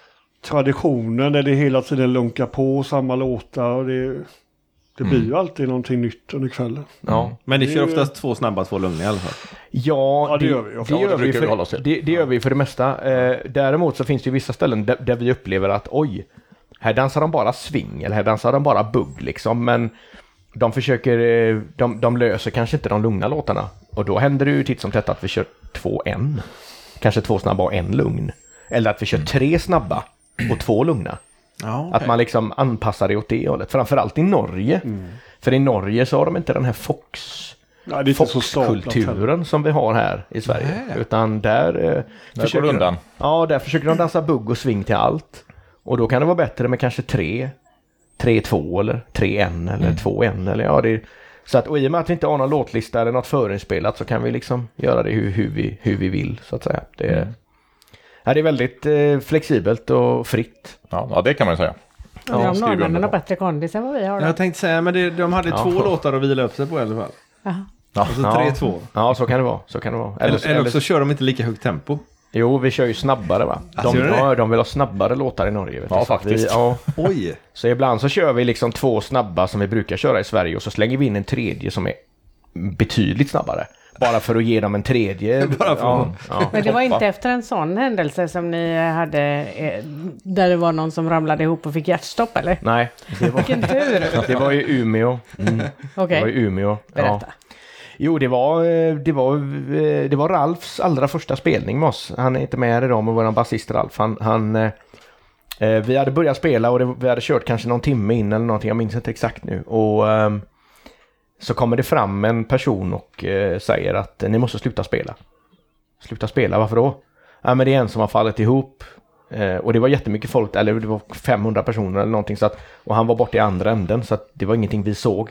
traditionen där det hela tiden lunkar på samma låtar och det, det blir mm. ju alltid någonting nytt under kvällen. Ja. Mm. Men det kör oftast två snabba, två lugna i alla fall. Ja, ja det, det gör vi. Det, gör, vi för, det, det gör vi för det mesta. Eh, däremot så finns det ju vissa ställen där, där vi upplever att oj, här dansar de bara swing eller här dansar de bara bugg liksom. Men de försöker, de, de löser kanske inte de lugna låtarna. Och då händer det ju titt som tätt att vi kör två en. Kanske två snabba och en lugn. Eller att vi kör tre snabba och två lugna. Ja, okay. Att man liksom anpassar det åt det hållet. Framförallt i Norge. Mm. För i Norge så har de inte den här Fox, ja, Fox-kulturen som vi har här i Sverige. Nej. Utan där, eh, där försöker de, ja, där försöker de dansa bugg och swing till allt. Och då kan det vara bättre med kanske tre, tre två eller tre en eller mm. två en. Eller, ja, det, så att, och i och med att vi inte har någon låtlista eller något förinspelat så kan vi liksom göra det hur, hur, vi, hur vi vill så att säga. Det är, mm. ja, det är väldigt eh, flexibelt och fritt. Ja, ja, det kan man säga. Ja, ja, de norrmännen har bättre kondis än vad vi har. Då. Jag tänkte säga, men det, de hade ja. två låtar att vila upp sig på i alla fall. Aha. Ja. Alltså tre två. Ja, så kan det vara. Så kan det vara. Eller, eller, eller också kör de inte lika högt tempo. Jo, vi kör ju snabbare va? De, ja, de vill ha snabbare låtar i Norge. Vet ja, faktiskt. Vi, ja. Oj. Så ibland så kör vi liksom två snabba som vi brukar köra i Sverige och så slänger vi in en tredje som är betydligt snabbare. Bara för att ge dem en tredje. Bara för ja, ja. Men det var inte efter en sån händelse som ni hade eh, där det var någon som ramlade ihop och fick hjärtstopp, eller? Nej. Det var, vilken tur. Det var ju Umeå. Mm. Okay. Det var ju Umeå. Berätta. Ja. Jo, det var, det, var, det var Ralfs allra första spelning med oss. Han är inte med idag med vår basist Ralf. Han, han, eh, vi hade börjat spela och det, vi hade kört kanske någon timme in eller någonting. Jag minns inte exakt nu. Och eh, så kommer det fram en person och eh, säger att ni måste sluta spela. Sluta spela, varför då? Ja, men det är en som har fallit ihop. Eh, och det var jättemycket folk, eller det var femhundra personer eller någonting. Så att, och han var borta i andra änden så att det var ingenting vi såg.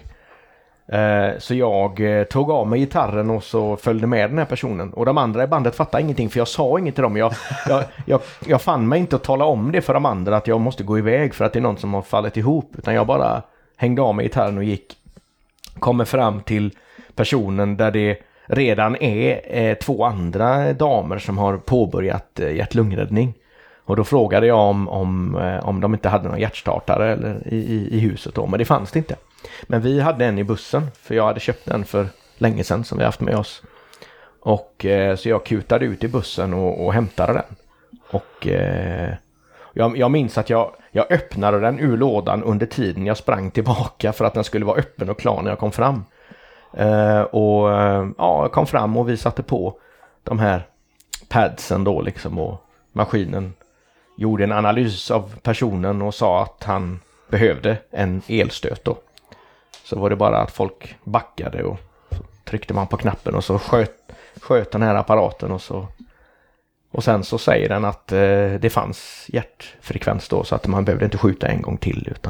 Så jag tog av mig gitarren och så följde med den här personen. Och de andra i bandet fattade ingenting för jag sa inget till dem. Jag, jag, jag, jag fann mig inte att tala om det för de andra att jag måste gå iväg för att det är någon som har fallit ihop. Utan jag bara hängde av mig gitarren och gick. Kommer fram till personen där det redan är eh, två andra damer som har påbörjat eh, hjärt-lungräddning. Och då frågade jag om, om, om de inte hade någon hjärtstartare eller i, i, i huset då, men det fanns det inte. Men vi hade en i bussen, för jag hade köpt den för länge sedan som vi haft med oss. Och eh, så jag kutade ut i bussen och, och hämtade den. Och eh, jag, jag minns att jag, jag öppnade den ur lådan under tiden jag sprang tillbaka för att den skulle vara öppen och klar när jag kom fram. Eh, och ja, jag kom fram och vi satte på de här padsen då liksom och maskinen gjorde en analys av personen och sa att han behövde en elstöt då. Så var det bara att folk backade och så tryckte man på knappen och så sköt, sköt den här apparaten och så och sen så säger den att eh, det fanns hjärtfrekvens då så att man behövde inte skjuta en gång till utan.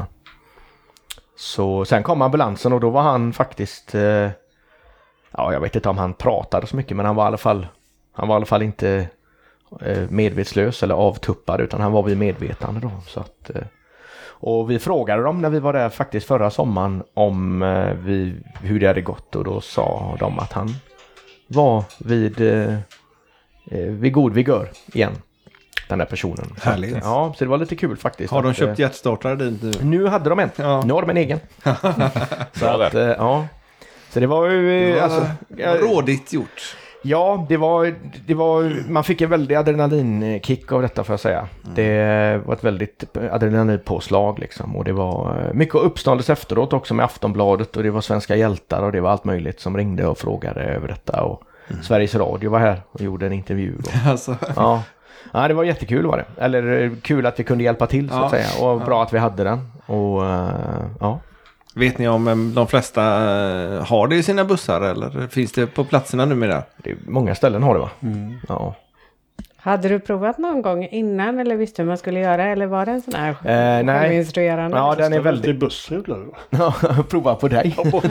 Så sen kom ambulansen och då var han faktiskt eh, ja jag vet inte om han pratade så mycket men han var i alla fall han var i alla fall inte medvetslös eller avtuppad utan han var vid medvetande då så att och vi frågade dem när vi var där faktiskt förra sommaren om vi, hur det hade gått och då sa de att han var vid vid god vigör igen den där personen. Härligt. Att, ja, så det var lite kul faktiskt. Har de att, köpt hjärtstartare dit nu? Nu hade de en. Ja. Nu har de en egen. Så att ja. Så det var ju det var alltså rådigt gjort. Ja, det var, det var, man fick en väldig adrenalinkick av detta får jag säga. Mm. Det var ett väldigt adrenalinpåslag liksom. Och det var mycket uppståndelse efteråt också med Aftonbladet och det var Svenska hjältar och det var allt möjligt som ringde och frågade över detta. Och mm. Sveriges Radio var här och gjorde en intervju. Alltså. Ja. Ja, det var jättekul var det. Eller kul att vi kunde hjälpa till så ja. Att säga. Och bra ja. Att vi hade den. Och ja. Vet ni om de flesta har det i sina bussar eller finns det på platserna numera? Det är många ställen har det va? Mm. Ja. Hade du provat någon gång innan eller visste hur man skulle göra? Eller var det en sån här Eh, nej. självinstruerande? Ja, den är väldigt... Det är bussen ibland. Ja, prova på dig.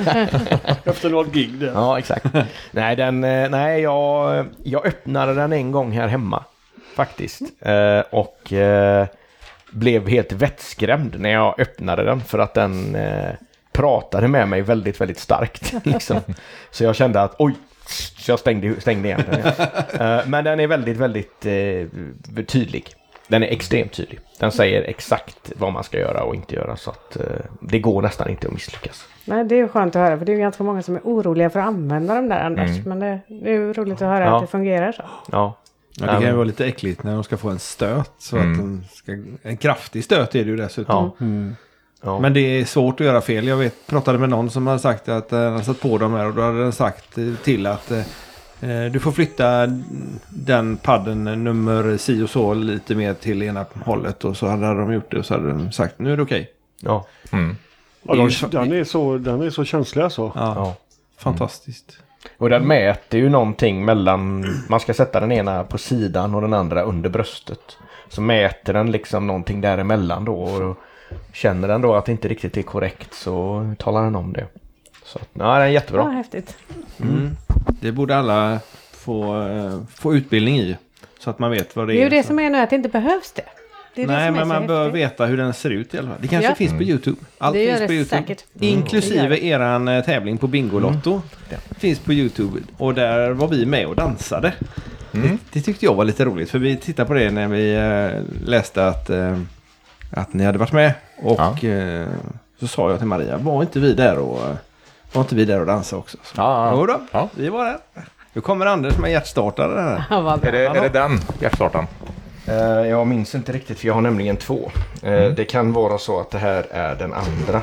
Efter något gig där. Ja, exakt. Nej, den, eh, nej jag, jag öppnade den en gång här hemma. Faktiskt. Eh, och eh, blev helt vettskrämd när jag öppnade den. För att den eh, pratade med mig väldigt, väldigt starkt. Liksom. Så jag kände att oj. Så jag stängde, stängde igen den. Ja. uh, men den är väldigt, väldigt uh, tydlig. Den är extremt tydlig. Den säger exakt vad man ska göra och inte göra. Så att uh, det går nästan inte att misslyckas. Nej, det är ju skönt att höra. För det är ju ganska många som är oroliga för att använda dem där annars. Mm. Men det, det är ju roligt att höra ja. att det fungerar så. Ja. Ja, det kan ju vara lite äckligt när de ska få en stöt. Så mm. att de ska, en kraftig stöt är det ju dessutom. Ja. Mm. Ja. Men det är svårt att göra fel. Jag vet, pratade med någon som hade sagt att han hade satt på dem här och då hade den sagt till att eh, du får flytta den padden nummer si och så lite mer till ena hållet och så hade de gjort det och så hade de sagt nu är det okej. Okay. Ja. Mm. Ja, de, den, är så, den är så känslig alltså. Ja, ja. Fantastiskt. Mm. Och den mäter ju någonting mellan, man ska sätta den ena på sidan och den andra under bröstet. Så mäter den liksom någonting däremellan då och känner den då att det inte riktigt är korrekt så talar den om det. Så att, nej, den är jättebra. Ja, häftigt. Mm. Det borde alla få, få utbildning i så att man vet vad det är. Det är ju det så. som är nu att det inte behövs det. det, är nej, det men man häftigt. bör veta hur den ser ut i alla fall. Det kanske ja. finns på YouTube. Allt det finns gör på det YouTube. Säkert. Inklusive mm. eran äh, tävling på Bingolotto. Mm. Finns på YouTube. Och där var vi med och dansade. Mm. Det, det tyckte jag var lite roligt. För vi tittade på det när vi äh, läste att... Äh, att ni hade varit med och ja. eh, så sa jag till Maria, var inte vi där och var inte vi där och dansa också? Så, ja, ja. Jo då, ja. vi var där. Nu kommer Anders med hjärtstartare där. Ja, är, det, är det den hjärtstartaren? Uh, jag minns inte riktigt för jag har nämligen två. Uh, mm. Det kan vara så att det här är den andra.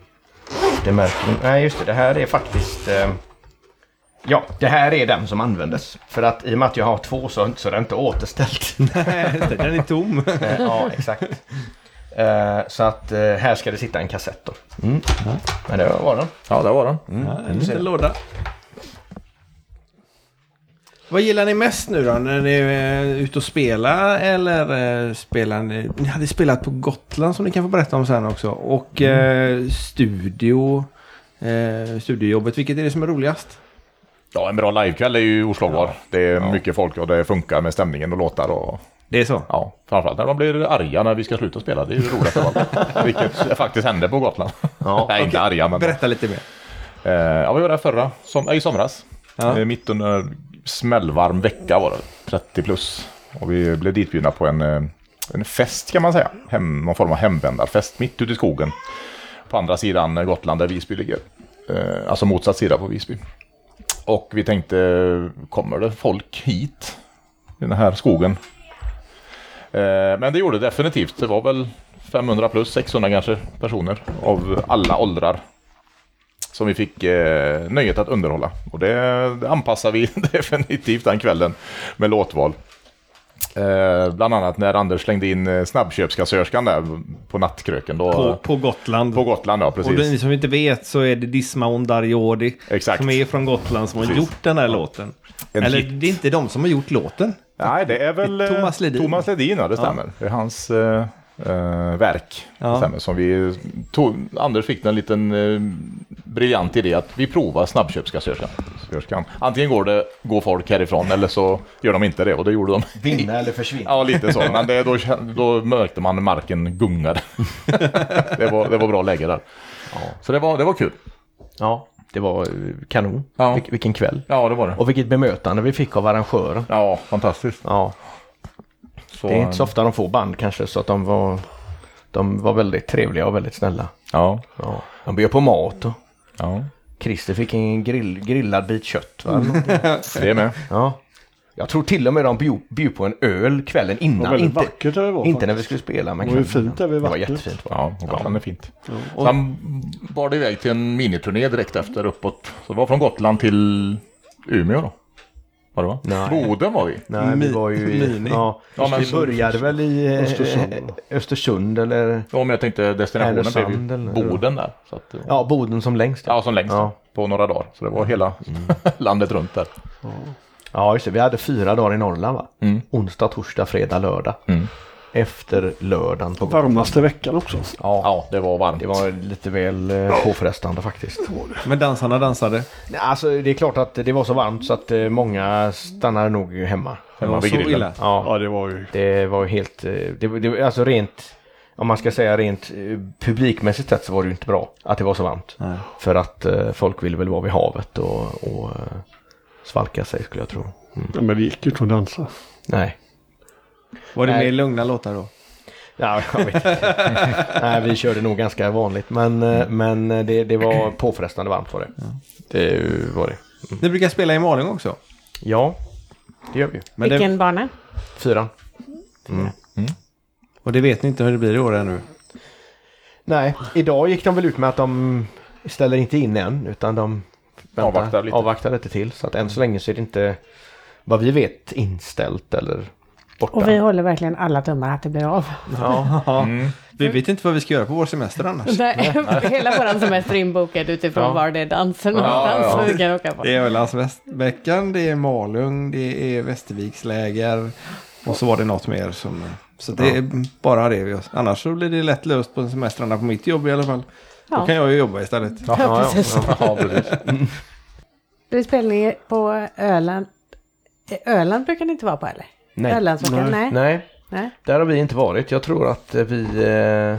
Det märker Nej just det, det här är faktiskt... Uh, ja, det här är den som användes. För att i och med att jag har två så, så är det inte återställt. Nej, den är tom. uh, ja, exakt. Uh, så att uh, här ska det sitta en kassett då. Mm. Mm. Men det var den. Ja, det var den. Mm. Ja, en liten låda. Vad gillar ni mest nu då? När ni är ute och spelar eller uh, spelar ni... Ni hade spelat på Gotland som ni kan få berätta om sen också. Och uh, studio, uh, studiojobbet. Vilket är det som är roligast? Ja, en bra livekväll är ju oslagbar. Ja. Det är ja. mycket folk och det funkar med stämningen och låtar och... Det är så? Ja, framförallt när de blir arga när vi ska sluta spela. Det är ju roligt av allt. Vilket faktiskt hände på Gotland. Ja, Nej, inte arga, men... Berätta lite mer. Eh, ja, vi var där förra, som, äh, i somras. Ja. Eh, mitt under smällvarm vecka var det, trettio plus. Och vi blev ditbjudna på en, en fest kan man säga. Hem, någon form av hemvändarfest mitt ute i skogen. På andra sidan Gotland där Visby ligger. Eh, alltså motsatt sida på Visby. Och vi tänkte, kommer det folk hit i den här skogen? Men det gjorde det definitivt. Det var väl femhundra plus sexhundra kanske personer av alla åldrar som vi fick eh, nöjet att underhålla. Och det, det anpassar vi definitivt den kvällen med låtval. Eh, bland annat när Anders slängde in snabbköpskassörskan där på nattkröken. Då, på, på Gotland. På Gotland, ja precis. Och ni som inte vet så är det Dismount Darjodi som är från Gotland som precis. har gjort den här låten. En Eller hit. Det är inte de som har gjort låten. Nej, det är väl Thomas Ledin. Thomas Ledin, ja det stämmer. Ja. Det är hans eh, eh, verk. Ja. Stämmer, som vi tog, Anders fick en liten eh, briljant idé att vi provar snabbköpskassörskan. Antingen går det går folk härifrån eller så gör de inte det. Och det gjorde de. Vinna eller försvinna. Ja, lite så. Men det, då, då märkte man marken gungade. det, var, det var bra läge där. Ja. Så det var, det var kul. Ja. Det var kanon. Ja. Vil- vilken kväll. Ja, det var det. Och vilket bemötande vi fick av arrangören. Ja, fantastiskt. Ja. Så, det är inte så ofta de får band kanske så att de var de var väldigt trevliga och väldigt snälla. Ja. Ja. De bjöd på mat och ja. Christer fick en grill, grillad bit kött va? Det är med. Ja. Jag tror till och med de bjöd, bjöd på en öl kvällen innan. Inte, vackert det var, inte när vi skulle spela. Men det var ju fint där vi var. Det var jättefint. Ja, Gotland är fint. Ja. Och han bar det iväg till en miniturné direkt efter uppåt. Så det var från Gotland till Umeå då. Var det va? Nej. Boden var vi. Nej, vi var ju i... Ja, ja, men vi började väl i Östersund, Östersund eller... Ja, men jag tänkte destinationen blev ju Boden där. Så att, ja, Boden som längst. Ja, som längst. Ja. På några dagar. Så det var hela mm. landet runt där. Ja. Ja, just det. Vi hade fyra dagar i Norrland, va? Mm. Onsdag, torsdag, fredag, lördag. Mm. Efter lördagen på Gotland. Varmaste veckan också. Ja, Ja, det var varmt. det var lite väl eh, påfrestande faktiskt. Men dansarna dansade. Nej, alltså, det är klart att det var så varmt så att eh, många stannade nog hemma. Hemma vid så grillen. illa. Ja, Ja, det var ju... det var helt... eh, Det, var- det, var- alltså rent... Om man ska säga rent eh, publikmässigt sett så var det ju inte bra att det var så varmt. Nej. För att eh, folk ville väl vara vid havet och, och eh, svalka sig skulle jag tro. Mm. Ja, men det gick ju inte att dansa. Nej. Var det Nej. mer lugna låtar då? Ja, jag vet inte. Nej, vi körde nog ganska vanligt. Men, eh, men det, det var påfrestande varmt var det. Det var det. Ni brukar spela i Malung också. Ja, det gör vi ju. Men Vilken det, bana? Fyran. och det vet ni inte hur det blir i år ännu. Nej, idag gick de väl ut med att de ställer inte in än. Utan de väntar, Avvaktar lite. avvaktar lite till. Så att än så länge så är det inte, vad vi vet, inställt eller borta. Och vi håller verkligen alla tummar att det blir av. Ja, Mm. Vi vet inte vad vi ska göra på vår semester annars. Nej, hela våran semester är inbokad utifrån Ja. var det är dansen någonstans ja. som vi kan åka på. Det är Ölandsveckan, det är Malung, det är Västerviksläger och så var det något mer som... Så det är bara det vi har. Annars så blir det lätt löst på semestrarna på mitt jobb i alla fall. Då Ja. kan jag ju jobba istället. ja, Ja, ja, precis. ja, ja, precis. Det är spelning på Öland. Öland brukar ni inte vara på eller? Nej. Ölandsveckan? Nej. Nej, Nej. där har vi inte varit. Jag tror att eh, vi... Eh,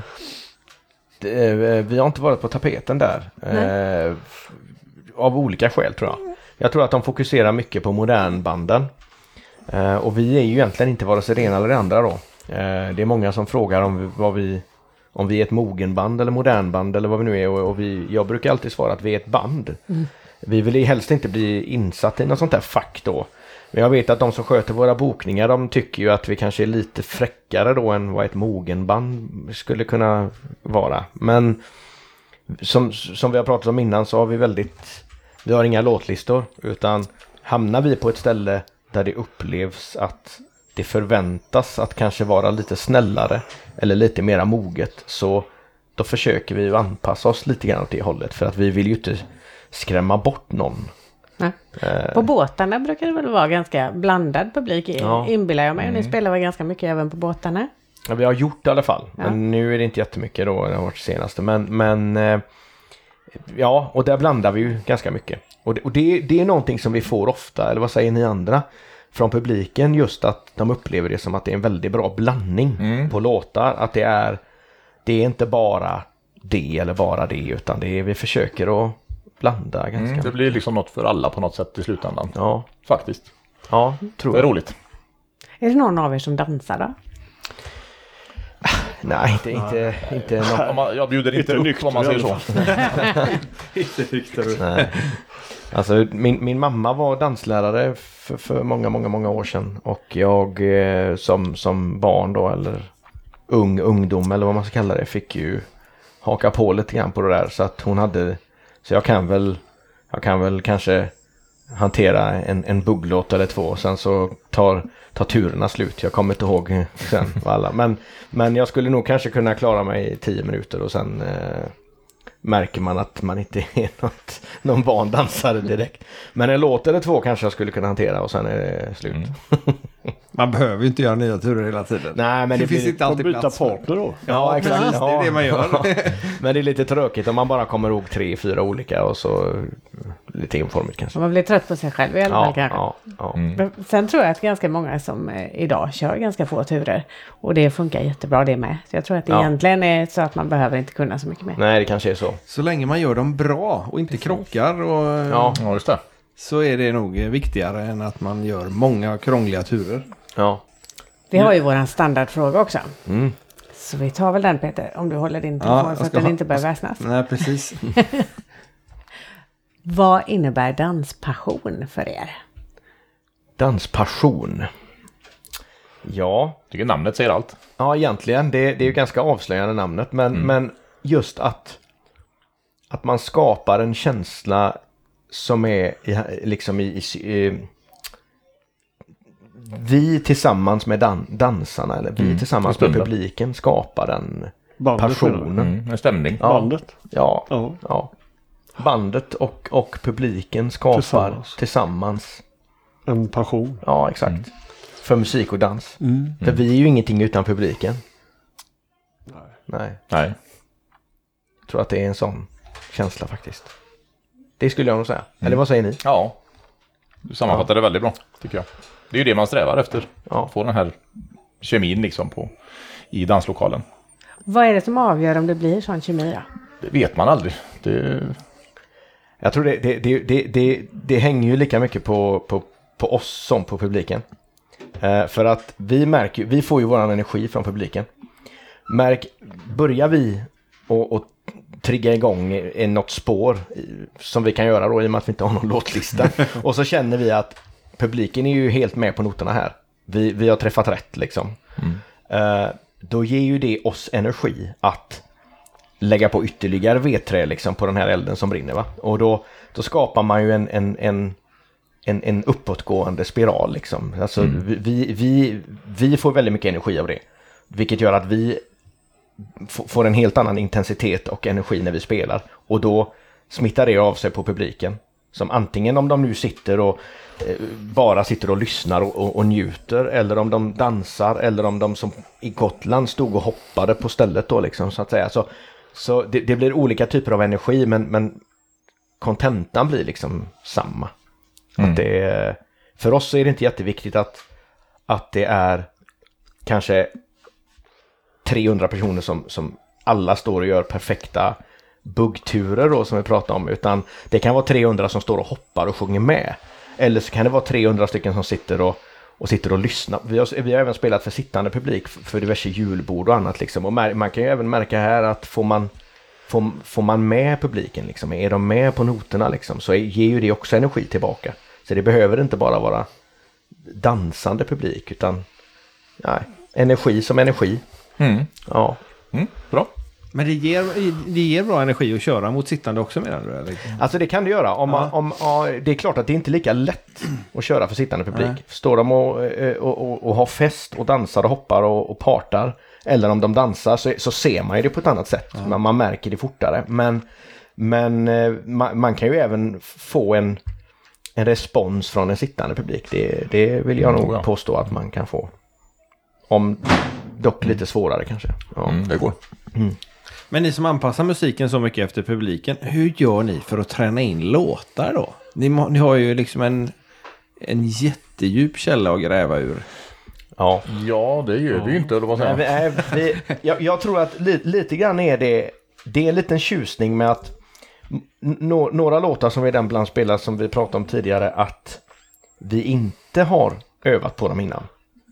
det, eh, vi har inte varit på tapeten där. Eh, f- av olika skäl tror jag. Jag tror att de fokuserar mycket på modernbanden. Eh, och vi är ju egentligen inte vare sig det ena eller det andra då. Eh, det är många som frågar om vi, vad vi, om vi är ett mogenband eller modernband eller vad vi nu är. Och, och vi, jag brukar alltid svara att vi är ett band. Mm. Vi vill ju helst inte bli insatt i något sånt där fack då. Men jag vet att de som sköter våra bokningar, de tycker ju att vi kanske är lite fräckare då än vad ett mogenband skulle kunna vara. Men som, som vi har pratat om innan så har vi väldigt, vi har inga låtlistor, utan hamnar vi på ett ställe där det upplevs att det förväntas att kanske vara lite snällare eller lite mera moget, så då försöker vi ju anpassa oss lite grann åt det hållet, för att vi vill ju inte skrämma bort någon. Nej. Eh, På båtarna brukar det väl vara ganska blandad publik, Ja. inbillar jag mig. Och ni spelar väl ganska mycket även på båtarna? Ja, vi har gjort det i alla fall. Ja. Men nu är det inte jättemycket då, det har varit senaste. Men, men eh, ja, och där blandar vi ju ganska mycket. Och, det, och det, det är någonting som vi får ofta, eller vad säger ni andra, från publiken, just att de upplever det som att det är en väldigt bra blandning Mm. på låtar. Att det är, det är inte bara det eller bara det, utan det är, vi försöker att blanda ganska Mm. Det mycket. blir liksom något för alla på något sätt i slutändan. Ja, Faktiskt. ja, tror Det är jag. roligt. Är det någon av er som dansar då? Nej, inte, inte, inte något. Om man, jag bjuder inte Inte upp nykter om man i säger alla så. Nej. Alltså min, min mamma var danslärare för, för många, många, många år sedan. Och jag eh, som, som barn då, eller ung ungdom eller vad man ska kalla det, fick ju haka på lite grann på det där. Så att hon hade, så jag kan väl, jag kan väl kanske hantera en, en bugglåt eller två. Och sen så tar, tar turerna slut. Jag kommer inte ihåg sen vad alla. Men, men jag skulle nog kanske kunna klara mig i tio minuter och sen eh, märker man att man inte är något, någon barndansare direkt. Men en låt eller två kanske jag skulle kunna hantera och sen är det slut. Mm. Man behöver ju inte göra nya turer hela tiden. Nej, men det, det, finns blir, inte Och alltid byta plats för. partner då. Ja, exakt. precis, det är det man gör. Ja. Men det är lite tråkigt om man bara kommer ihåg tre, fyra olika och så lite enformigt kanske. Om man blir trött på sig själv i alla fall Ja, kanske. ja, ja. Mm. Men sen tror jag att ganska många som eh, idag kör ganska få turer. Och det funkar jättebra det med. Så jag tror att det Ja. egentligen är så att man behöver inte kunna så mycket mer. Nej, det kanske är så. Så länge man gör dem bra och inte krockar och, Ja, Ja, just det. så är det nog viktigare än att man gör många krångliga turer. ja. Vi har ju våran standardfråga också. Mm. Så vi tar väl den Peter, om du håller din Ja, telefon jag så att ska den ha- inte börjar väsnas. Nej, precis. Vad innebär danspassion för er? Danspassion. Ja, Jag tycker namnet säger allt. ja egentligen. Det, det är ju ganska avslöjande namnet. Men, men just att, att man skapar en känsla som är i, liksom i, i, i vi tillsammans med dan, dansarna eller vi Mm, tillsammans för med stunden. publiken skapar den Bandet, passionen. Mm. En stämning. Ja. Bandet. Ja, Ja. ja. Bandet och, och publiken skapar Tillsammans. tillsammans, en passion. Ja, exakt. Mm. För musik och dans. Mm. För vi är ju ingenting utan publiken. Nej. Nej. Nej. Jag tror att det är en sån känsla faktiskt. Det skulle jag nog säga. Mm. Eller vad säger ni? Ja, du sammanfattar ja. det väldigt bra, tycker jag. Det är ju det man strävar efter. Ja. Att få den här kemin liksom på, i danslokalen. Vad är det som avgör om det blir sån kemi då? Det vet man aldrig. Det... Jag tror det, det, det, det, det, det hänger ju lika mycket på, på, på oss som på publiken. Eh, för att vi märker, vi får ju våran energi från publiken. Märk, börjar vi och, och trigga igång en, något spår som vi kan göra då i och med att vi inte har någon låtlista. Och så känner vi att publiken är ju helt med på noterna här. Vi, vi har träffat rätt liksom. Mm. Eh, då ger ju det oss energi att lägga på ytterligare vedträ liksom på den här elden som brinner, va? Och då, då skapar man ju en, en, en, en, en uppåtgående spiral liksom. Alltså mm. vi, vi, vi får väldigt mycket energi av det. Vilket gör att vi f- får en helt annan intensitet och energi när vi spelar. Och då smittar det av sig på publiken. Som antingen om de nu sitter och eh, bara sitter och lyssnar och, och, och njuter, eller om de dansar, eller om de som i Gotland stod och hoppade på stället då liksom, så att säga. Så, så det, det blir olika typer av energi, men, men kontentan blir liksom samma. Mm. Att det, för oss är det inte jätteviktigt att, att det är kanske trehundra personer som, som alla står och gör perfekta buggturer då, som vi pratar om, utan det kan vara trehundra som står och hoppar och sjunger med, eller så kan det vara trehundra stycken som sitter och, och sitter och lyssnar. Vi har, vi har även spelat för sittande publik, för diverse julbord och annat liksom, och man kan ju även märka här att får man får, får man med publiken liksom, är de med på noterna liksom, så ger ju det också energi tillbaka. Så det behöver inte bara vara dansande publik, utan nej, energi som energi. Mm. Ja. Mm, bra. Men det ger, det ger bra energi att köra mot sittande också, menar du? Eller? Alltså det kan det göra. Om man, ja. om, ja, det är klart att det inte är lika lätt att köra för sittande publik. Nej. Står de och, och, och, och har fest och dansar och hoppar och, och partar, eller om de dansar, så, så ser man ju det på ett annat sätt. Ja. Man, man märker det fortare. Men, men man, man kan ju även få en, en respons från en sittande publik. Det, det vill jag nog ja. påstå att man kan få. Om dock lite svårare kanske. Ja. Mm, det går. Mm. Men ni som anpassar musiken så mycket efter publiken, hur gör ni för att träna in låtar då? Ni, må, ni har ju liksom en, en jättedjup källa att gräva ur. Ja, ja det gör ja. vi ju inte, eller vad säger Nej, vi, vi, jag, jag tror att li, lite grann är det, det är en liten tjusning med att no, några låtar som vi redan bland spelar, som vi pratade om tidigare, att vi inte har övat på dem innan.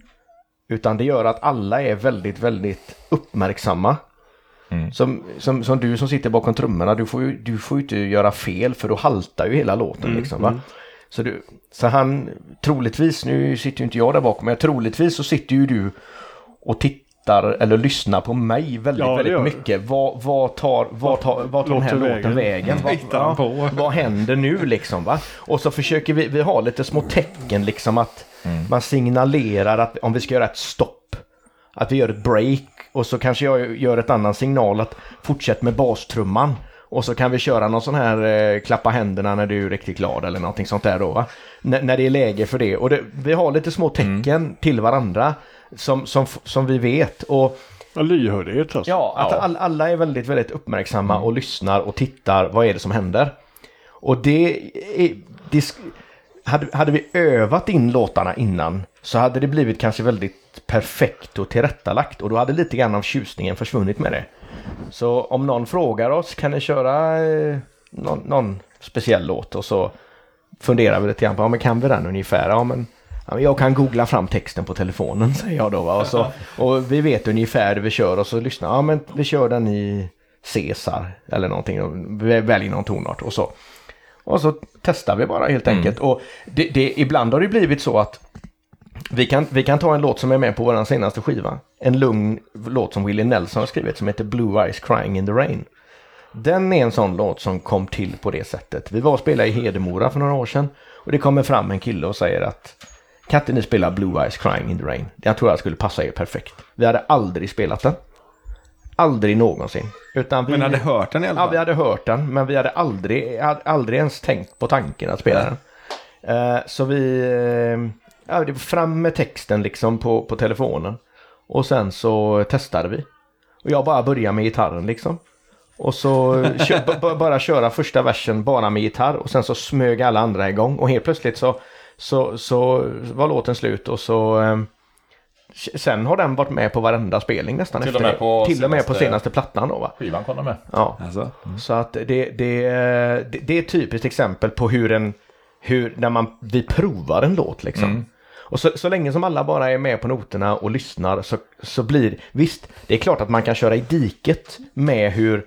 Utan det gör att alla är väldigt, väldigt uppmärksamma. Mm. Som, som, som du som sitter bakom trummorna, du får ju du får ju inte göra fel, för då haltar ju hela låten mm. liksom, va? Mm. Så, du, så han, troligtvis, nu sitter ju inte jag där bakom, men troligtvis så sitter ju du och tittar eller lyssnar på mig väldigt, ja, väldigt mycket. Vad, vad tar, vad tar, vad tar den här vägen. låten vägen? Vad, ja, på. vad händer nu liksom, va? Och så försöker vi, vi ha lite små tecken liksom, att mm. man signalerar att om vi ska göra ett stopp, att vi gör ett break, och så kanske jag gör ett annan signal att fortsätt med bastrumman, och så kan vi köra någon sån här eh, klappa händerna när du är riktigt glad eller någonting sånt där då, va? N- när det är läge för det. Och det, vi har lite små tecken mm. till varandra som, som, som vi vet. Och ja, lyhördhet alltså. Ja, att ja. All, alla är väldigt, väldigt uppmärksamma mm. och lyssnar och tittar, vad är det som händer? Och det, är, det hade, hade vi övat in låtarna innan, så hade det blivit kanske väldigt perfekt och tillrättalagt, och då hade lite grann av tjusningen försvunnit med det. Så om någon frågar oss, kan ni köra eh, någon, någon speciell låt, och så funderar vi lite grann på, ja, men kan vi den ungefär? Ja, men, ja, men jag kan googla fram texten på telefonen, säger jag då, va? Och, så, och vi vet ungefär det vi kör, och så lyssnar, ja men vi kör den i Caesar eller någonting, och vi väljer någon tonart, och så och så testar vi bara helt enkelt. Mm. Och det, det, ibland har det blivit så att vi kan, vi kan ta en låt som är med på vår senaste skiva. En lugn låt som Willie Nelson har skrivit, som heter Blue Eyes Crying in the Rain. Den är en sån låt som kom till på det sättet. Vi var och spelade i Hedemora för några år sedan, och det kommer fram en kille och säger att kan inte ni spela Blue Eyes Crying in the Rain? Jag tror att det skulle passa er perfekt. Vi hade aldrig spelat den. Aldrig någonsin. Utan vi men hade hört den i alla fall? Ja, vi hade hört den, men vi hade aldrig, hade aldrig ens tänkt på tanken att spela den. Eh, så vi... Eh, ja, det var fram med texten liksom på, på telefonen. Och sen så testade vi. Och jag bara började med gitarren liksom. Och så kö, b- bara köra första versen bara med gitarr. Och sen så smög alla andra igång. Och helt plötsligt så, så, så var låten slut. Och så... Eh, sen har den varit med på varenda spelning nästan. Till efter och med på Till och med senaste, på senaste plattan då, va? Skivan kom med. Ja. Alltså. Mm. Så att det, det, det, det är ett typiskt exempel på hur en... Hur, när man, vi provar en låt liksom. Mm. Och så, så länge som alla bara är med på noterna och lyssnar så, så blir... Visst, det är klart att man kan köra i diket med hur,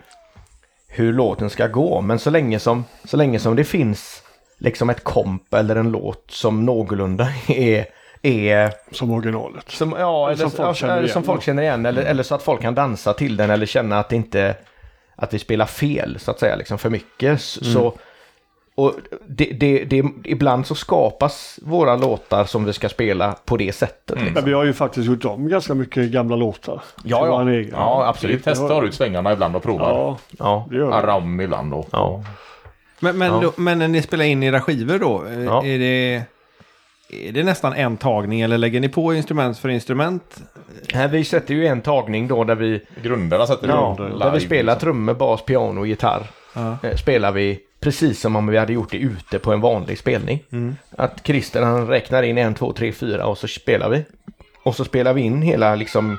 hur låten ska gå. Men så länge som, så länge som det finns liksom ett komp eller en låt som någorlunda är... är som originalet. Som, ja, eller, som folk känner igen. Som folk känner igen eller, eller så att folk kan dansa till den eller känna att det inte... Att vi spelar fel, så att säga, liksom för mycket. Mm. Så... Och det, det, det, ibland så skapas våra låtar som vi ska spela på det sättet. Mm. Liksom. Men vi har ju faktiskt gjort om ganska mycket gamla låtar. Ja, ja. Egen. ja absolut. Vi testar ut svängarna ibland och provar. Ja, ja. det gör vi. Aram ibland då. Ja. Men, men, ja. då, men när ni spelar in era skivor då, ja. är, det, är det nästan en tagning eller lägger ni på instrument för instrument? Här vi sätter ju en tagning då där vi... Grunderna sätter ja, vi där vi spelar liksom. Trummor, bas, piano och gitarr. Ja. Eh, spelar vi... Precis som om vi hade gjort det ute på en vanlig spelning. Mm. Att Christer han räknar in en, två, tre, fyra och så spelar vi. Och så spelar vi in hela liksom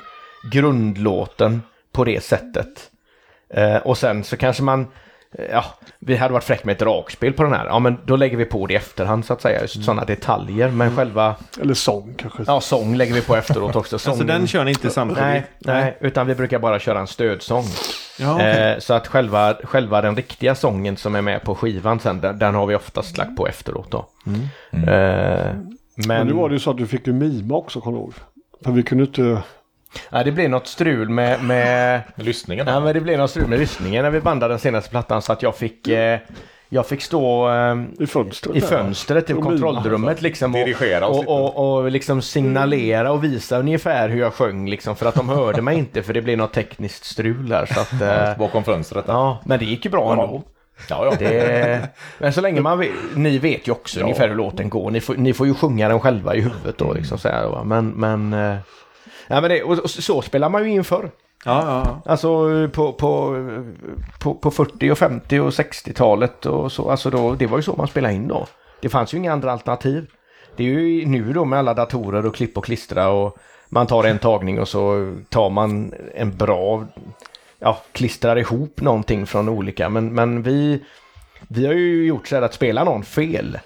grundlåten på det sättet. Eh, och sen så kanske man... Ja, vi hade varit fräckt med ett rakspel på den här. Ja, men då lägger vi på det i efterhand så att säga. Just mm. sådana detaljer. Men mm. själva... Eller sång kanske. Ja, sång lägger vi på efteråt också. Sång... Alltså den kör ni inte samtidigt? Nej, nej, utan vi brukar bara köra en stödsång. Ja, okay. eh, så att själva, själva den riktiga sången som är med på skivan sen, den, den har vi oftast lagt på efteråt då. Mm. Mm. Eh, men... men nu var det ju så att du fick ju mima också, kommer du ihåg? För vi kunde inte... Ja, det blev något strul med... med... lyssningen. Ja, men det blev något strul med lyssningen när vi bandade den senaste plattan så att jag fick... Eh, jag fick stå eh, i fönstret, i fönstret i kontrollrummet liksom, och, dirigera och, och, och, och liksom signalera och visa ungefär hur jag sjöng liksom, för att de hörde mig inte för det blev något tekniskt strul där. Så att, eh, bakom fönstret. Ja, men det gick ju bra ändå. Ja, ja. Det, men så länge man vet, ni vet ju också ja. ungefär hur låten går. Ni får, ni får ju sjunga den själva i huvudet då liksom så här, va? Men... men eh, ja, men det, och, och så spelar man ju in förr. Ja, ja. Alltså på, på, på, på fyrtio- och femtio- och sextiotalet och så. Alltså då, det var ju så man spelade in då. Det fanns ju inga andra alternativ. Det är ju nu då med alla datorer och klipp och klistra och man tar en tagning och så tar man en bra... Ja, klistrar ihop någonting från olika. Men, men vi, vi har ju gjort så här att spela någon fel.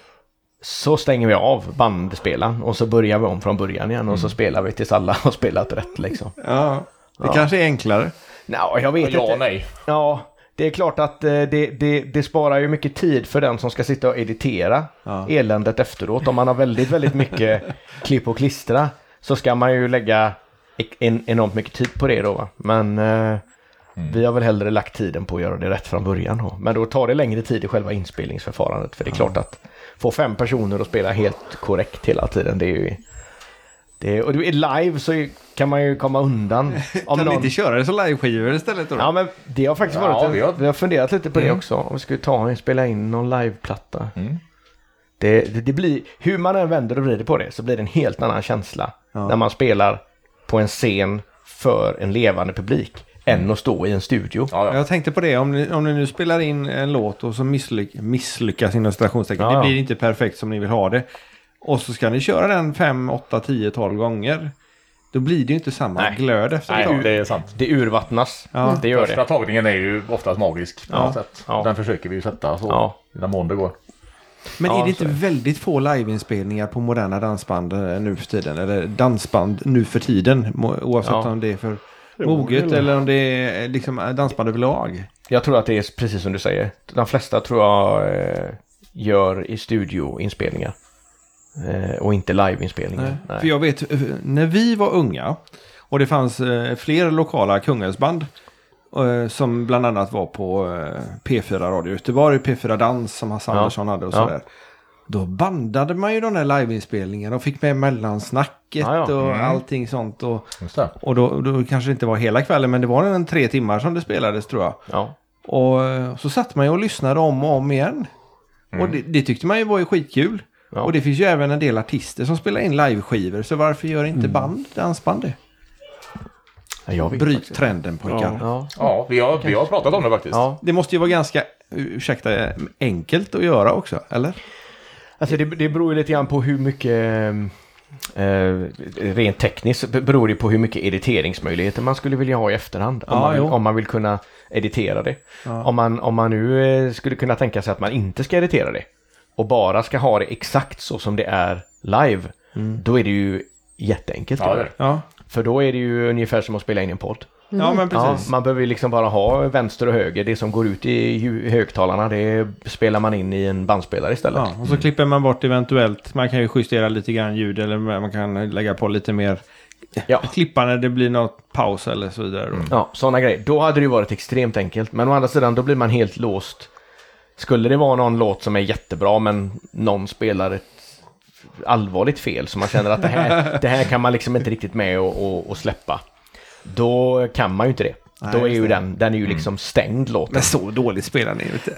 Så stänger vi av bandspelaren och så börjar vi om från början igen och så spelar vi tills alla har spelat rätt liksom. Ja, det ja. kanske är enklare. Ja, jag vet ja, inte. Nej. Ja, det är klart att det, det, det sparar ju mycket tid för den som ska sitta och editera ja. eländet efteråt. Om man har väldigt, väldigt mycket klipp och klistra så ska man ju lägga en, enormt mycket tid på det då. Va? Men eh, mm. vi har väl hellre lagt tiden på att göra det rätt från början. Då. Men då tar det längre tid i själva inspelningsförfarandet. För det är klart att få fem personer att spela helt korrekt hela tiden, det är ju... Det är, och live så kan man ju komma undan. Om kan någon... vi inte köra det som liveskivor istället då? Ja, men det har faktiskt varit... Ja, en, vi, har... vi har funderat lite på mm. det också. Om vi skulle ta och spela in någon liveplatta. Mm. Det, det, det blir... Hur man än vänder och vrider på det så blir det en helt annan känsla ja. när man spelar på en scen för en levande publik. Än att stå i en studio. Ja, ja. Jag tänkte på det, om ni, om ni nu spelar in en låt och så misslyck, misslyckas inom stationstecken, ja, ja. det blir inte perfekt som ni vill ha det. Och så ska ni köra den fem, åtta, tio, tolv gånger. Då blir det ju inte samma Nej. glöd efter Nej, det är sant. Det urvattnas. Ja. Det gör Första det. tagningen är ju oftast magisk på ja. något sätt. Ja. Den försöker vi ju sätta så ja. i den mån det går. Men ja, är det inte väldigt få liveinspelningar på moderna dansband nu för tiden? Eller dansband nu för tiden? Oavsett ja. om det är för moget eller... eller om det är liksom dansband överlag? Jag tror att det är precis som du säger. De flesta tror jag eh, gör i studioinspelningar. Eh, och inte liveinspelningar. Nej. Nej. För jag vet, när vi var unga och det fanns eh, fler lokala kungälvsband eh, som bland annat var på eh, P fyra Radio Göteborg, P fyra Dans som Hasse ja. Andersson hade och sådär. Ja. Då bandade man ju de där liveinspelningarna och fick med mellansnacket ja, ja. och mm. allting sånt. Och, och då, då kanske det inte var hela kvällen, men det var en tre timmar som det spelades tror jag. Ja. Och så satt man ju och lyssnade om och om igen. Mm. Och det, det tyckte man ju var ju skitkul. Ja. Och det finns ju även en del artister som spelar in liveskivor. Så varför gör inte Mm. band dansband det? Ja, jag vet Bryt faktiskt. trenden pojkar. Ja. Ja, vi har, vi har pratat om det faktiskt. Ja. Det måste ju vara ganska, ursäkta, enkelt att göra också, eller? Alltså det, det beror ju lite grann på hur mycket, eh, rent tekniskt beror det på hur mycket editeringsmöjligheter man skulle vilja ha i efterhand. Om, Ja, man, vill, jo. om man vill kunna editera det. Ja. Om, man, om man nu eh, skulle kunna tänka sig att man inte ska editera det och bara ska ha det exakt så som det är live, då är det ju jätteenkelt. Ja, att det är göra. det. Ja, För då är det ju ungefär som att spela in en podd. ja men Ja, precis. man behöver ju liksom bara ha vänster och höger. Det som går ut i ju- högtalarna, det spelar man in i en bandspelare istället. Ja, och så klipper man bort eventuellt. Man kan ju justera lite grann ljud eller man kan lägga på lite mer Ja. klippa när det blir något paus eller så vidare. då. Ja, sådana grejer. Då hade det ju varit extremt enkelt. Men å andra sidan, då blir man helt låst. Skulle det vara någon låt som är jättebra men någon spelar ett allvarligt fel så man känner att det här, det här kan man liksom inte riktigt med och, och, och släppa. Då kan man ju inte det. Nej, Då är just ju det. den, den är ju liksom stängd låten. Men så dåligt spelar ni ju inte.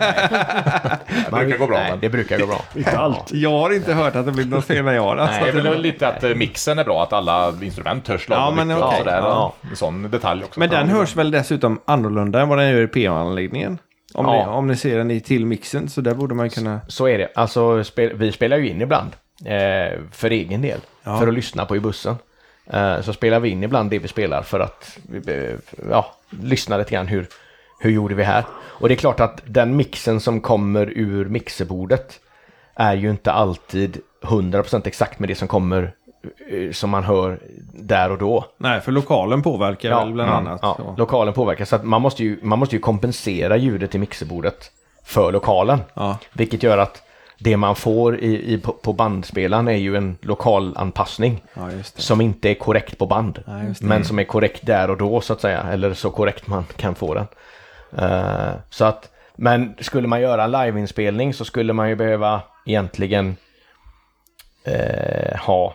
Det brukar gå bra. Nej, Men... det brukar gå bra. Inte alltid. Jag har inte hört att det blir något fel när jag har det. Det är väl lite att eh, mixen är bra, att alla instrument hörs Ja, lagom men mycket och okej. sådär. Ja. En sån detalj också. Men den hörs väl dessutom annorlunda än vad den gör i P A-anläggningen? Om, Ja. ni, om ni ser den i till mixen så där borde man kunna... Så är det. Alltså, spel, vi spelar ju in ibland. Eh, för egen del. Ja. För att lyssna på i bussen. Eh, så spelar vi in ibland det vi spelar för att eh, ja, lyssna lite grann hur, hur gjorde vi här. Och det är klart att den mixen som kommer ur mixerbordet är ju inte alltid hundra procent exakt med det som kommer eh, som man hör där och då. Nej, för lokalen påverkar väl bland ja, annat. Ja, Så. lokalen påverkas. Så att man, måste ju, man måste ju kompensera ljudet i mixerbordet för lokalen. Ja. Vilket gör att det man får i, i, på, på bandspelaren är ju en lokal anpassning Ja, just det. som inte är korrekt på band. Ja, just det. Men som är korrekt där och då så att säga. Eller så korrekt man kan få den. Uh, så att, men skulle man göra en liveinspelning så skulle man ju behöva egentligen uh, ha,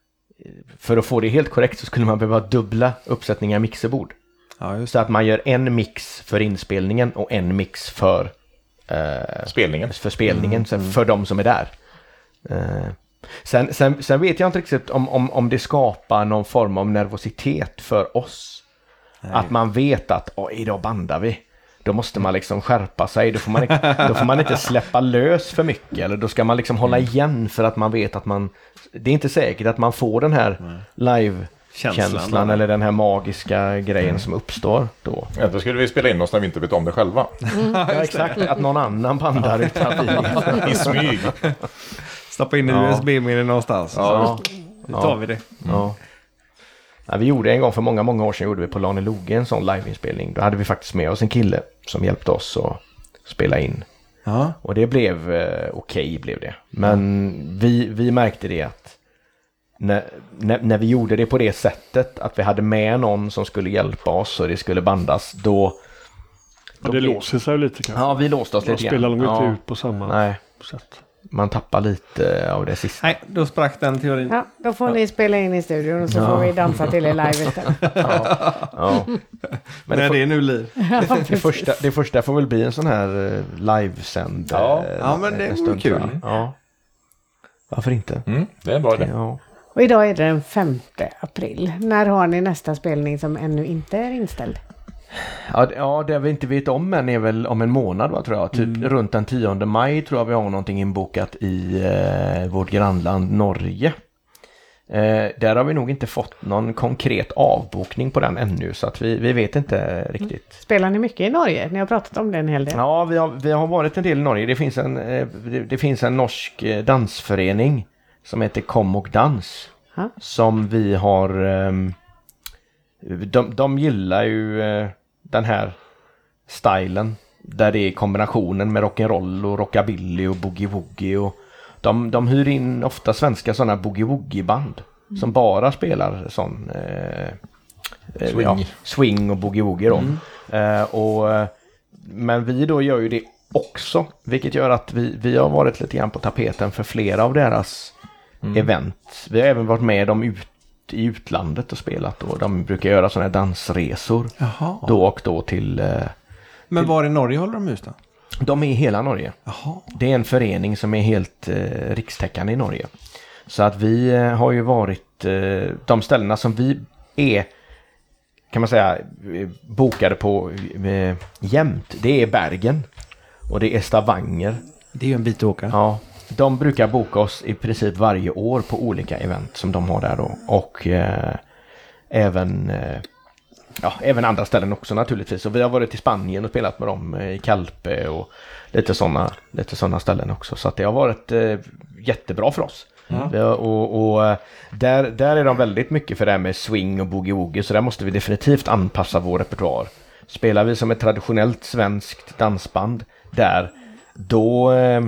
för att få det helt korrekt så skulle man behöva dubbla uppsättningar mixerbord. Ja, just Så att man gör en mix för inspelningen och en mix för eh, Spelningen. för spelningen, så för de som är där. Eh, sen, sen, sen vet jag inte riktigt om, om, om det skapar någon form av nervositet för oss. Nej. Att man vet att oh, idag bandar vi. Då måste man liksom skärpa sig. Då får man, inte, då får man inte släppa lös för mycket. Eller då ska man liksom hålla igen för att man vet att man... Det är inte säkert att man får den här live-känslan Känslan, eller den här magiska grejen som uppstår då. Ja, då skulle vi spela in oss när vi inte vet om det själva. Ja, exakt. Att någon annan bandar utan att vi... I smyg. Stoppa in en Ja. U S B-minne någonstans. Ja. Nu tar vi det. Ja. Ja, vi gjorde en gång för många, många år sedan gjorde vi på Lane Loge en sån liveinspelning. Då hade vi faktiskt med oss en kille som hjälpte oss att spela in. Ja. Och det blev eh, okej blev det. Men vi, vi märkte det att när, när, när vi gjorde det på det sättet att vi hade med någon som skulle hjälpa oss och det skulle bandas, då... Men då det blev- låser sig lite kanske. Ja, vi låste oss Man lite spelar nog inte Ja. ut på samma Nej, sätt. man tappar lite av det sista. Nej, då sprack den teorin. Ja, då får ni spela in i studion och så får vi dansa till er live istället. Ja. Men Men det, det, får- är nu liv. det, första, det första får väl bli en sån här eh, livesänd Ja. eh, Ja, men det en vore stund, kul. tror jag. Ja. Varför inte? Mm, det är en bra idé. Ja. Och idag är det den femte april. När har ni nästa spelning som ännu inte är inställd? Ja, det- ja, det vi inte vet om än är väl om en månad, va, tror jag. Typ Mm. runt den tionde maj tror jag vi har någonting inbokat i eh, vårt grannland Norge. Eh, där har vi nog inte fått någon konkret avbokning på den ännu, så att vi, vi vet inte riktigt. Spelar ni mycket i Norge? Ni har pratat om det en hel del. Ja, vi har, vi har varit en del i Norge. Det finns en, eh, det, det finns en norsk eh, dansförening som heter Kom och Dans. Ja. Som vi har... ehm, de, de gillar ju eh, den här stilen. Där det är kombinationen med rock'n'roll och rockabilly och boogie-woogie. Och de, de hyr in ofta svenska sådana boogie-woogie-band. Som bara spelar sån... Eh, eh, Swing. Ja, swing och boogie-woogie då. Eh, och, eh, men vi då gör ju det också. Vilket gör att vi, vi har varit lite grann på tapeten för flera av deras event. Vi har även varit med dem ut, i utlandet och spelat. Och de brukar göra sådana här dansresor Jaha. då och då till... Eh, Men var i Norge håller de hus då? De är i hela Norge. Jaha. Det är en förening som är helt eh, rikstäckande i Norge. Så att vi eh, har ju varit eh, de ställena som vi är, kan man säga, bokade på eh, jämt. Det är Bergen och det är Stavanger. Det är ju en bit att åka. Ja, de brukar boka oss i princip varje år på olika event som de har där då. Och eh, även, eh, ja, även andra ställen också naturligtvis. Och vi har varit i Spanien och spelat med dem i Calpe och lite sådana lite såna ställen också. Så att det har varit eh, jättebra för oss. Mm. Och, och där, där är de väldigt mycket för det här med swing och boogie-woogie. Så där måste vi definitivt anpassa vår repertoar. Spelar vi som ett traditionellt svenskt dansband där, då eh,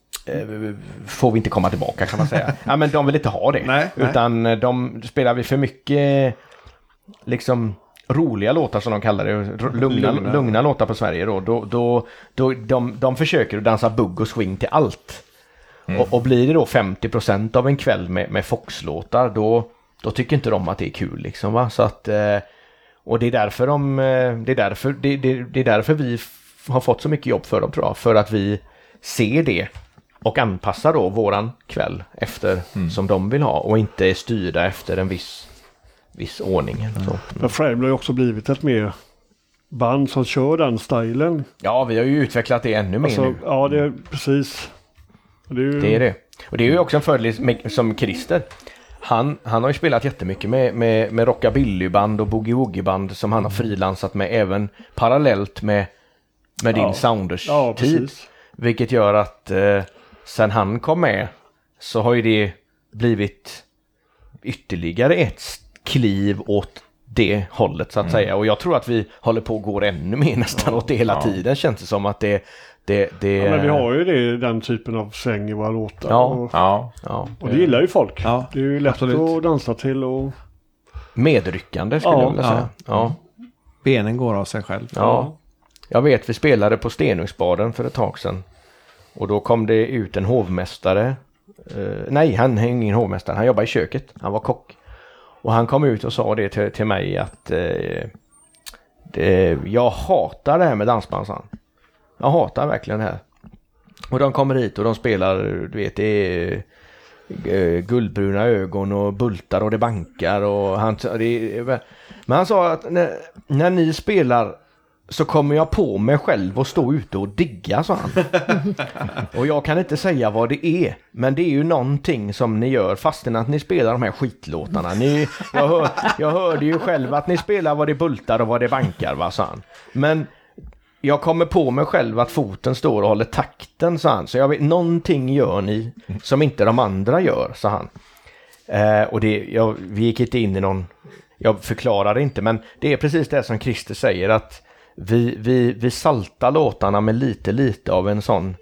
får vi inte komma tillbaka, kan man säga. Ja, men de vill inte ha det. Nej, utan nej. De spelar vi för mycket liksom roliga låtar som de kallar det, lugna, lugna. lugna låtar på Sverige då, då, då, då de, de försöker att dansa bugg och swing till allt. Mm. Och, och blir det då femtio procent av en kväll med, med Fox-låtar, då, då tycker inte de att det är kul liksom, va? Så att, eh, och det är därför de, det är därför, det, det, det är därför vi f- har fått så mycket jobb för dem, tror jag. För att vi ser det och anpassar då våran kväll efter mm. som de vill ha och inte är styrda efter en viss, viss ordning. Mm. Så. Men Frame har ju också blivit ett mer band som kör den stilen. Ja, vi har ju utvecklat det ännu mer alltså, nu. Ja, det är precis. Det är, ju... det är det. Och det är ju också en fördel med, som Christer. Han, han har ju spelat jättemycket med, med, med rockabillyband och boogie-woogie-band som han har frilansat med även parallellt med, med din ja. Sounders-tid. Ja, vilket gör att eh, sen han kom med så har ju det blivit ytterligare ett kliv åt det hållet så att mm. säga. Och jag tror att vi håller på att gå ännu mer nästan ja. åt det hela ja. tiden. Känns det som att det Det, det... Ja, men vi har ju det, den typen av sväng i våra låtar. Ja. Och, ja. ja. och det gillar ju folk. Ja. Det är ju lätt Absolut. att dansa till. Och... Medryckande skulle ja. jag vilja säga. Ja. Ja. Benen går av sig själv. Ja. Jag vet, vi spelade på Stenungsbaden för ett tag sedan. Och då kom det ut en hovmästare. Uh, nej, han är ingen hovmästare. Han jobbar i köket. Han var kock. Och han kom ut och sa det till, till mig att uh, det, jag hatar det här med dansband, sa han. Jag hatar verkligen det här. Och de kommer hit och de spelar, du vet, det är uh, guldbruna ögon och bultar och det bankar. Och han, det, men han sa att när, när ni spelar så kommer jag på mig själv och stå ute och digga, sa han. Och jag kan inte säga vad det är, men det är ju någonting som ni gör fastän att ni spelar de här skitlåtarna. Ni, jag, hör, jag hörde ju själv att ni spelar vad det bultar och vad det bankar, va, sa han. Men jag kommer på mig själv att foten står och håller takten, sa han. Så jag vet, någonting gör ni som inte de andra gör, sa han. Eh, och det, jag, vi gick inte in i någon, jag förklarar inte, men det är precis det som Christer säger, att Vi, vi, vi saltar låtarna med lite, lite av en sån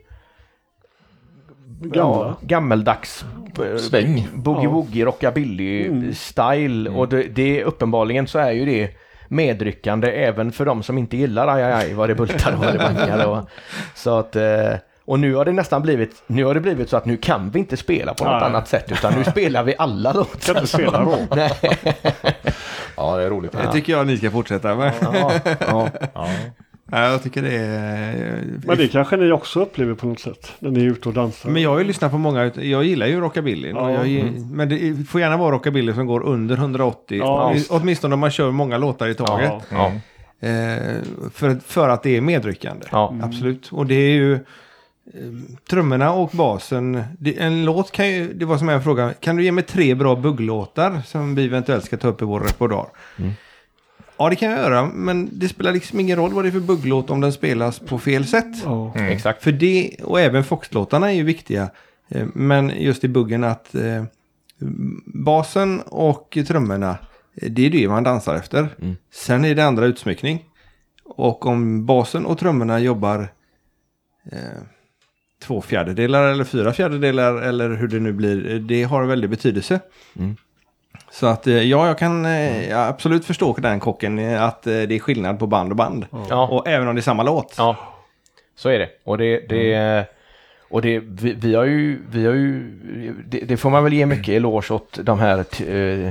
ja, gammeldags sväng. Boogie-woogie, rockabilly-style. Mm. Och det, det uppenbarligen så är ju det medryckande även för de som inte gillar aj, aj, aj, vad det bultar och vad det bankar. Och, så att, och nu har det nästan blivit, nu har det blivit så att nu kan vi inte spela på något Nej. annat sätt, utan nu spelar vi alla låtar. Kan inte spela då? Nej. Ja, det är roligt. Det tycker jag ni ska fortsätta med. Ja, ja. Ja. Ja, jag tycker det är... Men det kanske ni också upplever på något sätt när ni är ute och dansar. Men jag har ju lyssnat på många, jag gillar ju rockabilly. Ja. Jag, Mm. Men det får gärna vara rockabilly som går under hundraåttio. Ja. Åtminstone om man kör många låtar i taget. Ja. Eh, för, för att det är medryckande. Ja. Mm. Absolut. Och det är ju... Trummorna och basen. Det, en låt kan ju... Det var som en fråga. Kan du ge mig tre bra bugglåtar som vi eventuellt ska ta upp i vår repertoar? Mm. Ja, det kan jag göra, men det spelar liksom ingen roll vad det är för bugglåt om den spelas på fel sätt. Mm. Exakt. För det, och även Fox-låtarna är ju viktiga, men just i buggen att eh, basen och trummorna, det är det man dansar efter. Mm. Sen är det andra utsmyckning. Och om basen och trummorna jobbar eh, två fjärdedelar eller fyra fjärdedelar eller hur det nu blir, det har en väldig betydelse. Mm. Så att ja, jag kan ja, absolut förstå den kocken att det är skillnad på band och band. Ja. Och även om det är samma låt. Ja, så är det. Och det, det, mm. och det vi, vi har ju, vi har ju det, det får man väl ge mycket eloge åt de här t-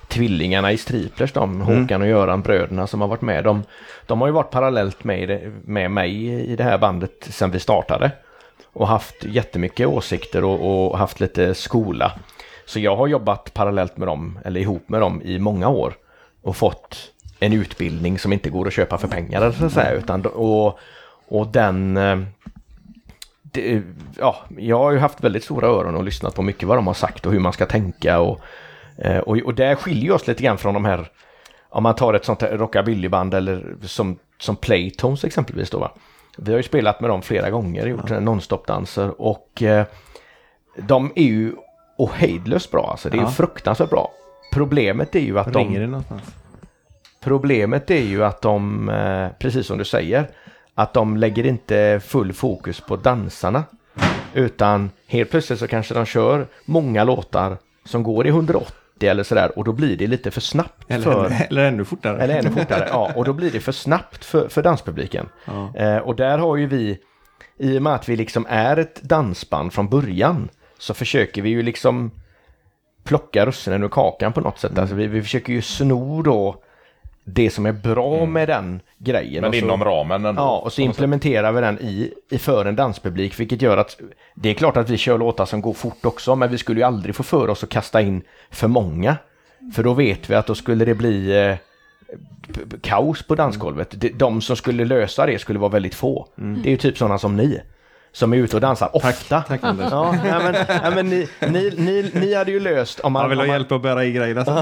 tvillingarna i Striplers, de mm. Håkan och Göran, bröderna som har varit med. De, de har ju varit parallellt med, med mig i det här bandet sedan vi startade. Och haft jättemycket åsikter och, och haft lite skola. Så jag har jobbat parallellt med dem, eller ihop med dem i många år. Och fått en utbildning som inte går att köpa för pengar eller så att säga. Utan, och, och den... Det, ja, jag har ju haft väldigt stora öron och lyssnat på mycket vad de har sagt och hur man ska tänka. Och, och, och där skiljer oss lite grann från de här... Om man tar ett sånt här rockabillyband eller som, som Playtones exempelvis då, va? Vi har ju spelat med dem flera gånger, gjort ja. non-stop-danser och eh, de är ju ohejdlöst bra, alltså det är ja. fruktansvärt bra. Problemet är ju att de... Ringer det någonstans? Problemet är ju att de, eh, precis som du säger, att de lägger inte full fokus på dansarna. Utan helt plötsligt så kanske de kör många låtar som går i hundraåttio eller sådär, och då blir det lite för snabbt. Eller, för, eller ännu fortare. Eller ännu fortare, ja. Och då blir det för snabbt för, för danspubliken. Ja. Eh, och där har ju vi, i och med att vi liksom är ett dansband från början, så försöker vi ju liksom plocka russinen ur kakan på något sätt. Mm. Alltså vi, vi försöker ju sno då det som är bra mm. med den grejen. Men och så, inom ramen ändå. Ja, och så implementerar vi den i, i för en danspublik, vilket gör att det är klart att vi kör låtar som går fort också, men vi skulle ju aldrig få för oss att kasta in för många. För då vet vi att då skulle det bli eh, kaos på dansgolvet. De, de som skulle lösa det skulle vara väldigt få. Mm. Det är ju typ sådana som ni. Som är ute och dansar ofta. Tack, tack Anders. Ja, nej, men, nej, men ni, ni, ni, ni hade ju löst om man... Jag vill ha man... hjälp att bära i grejerna.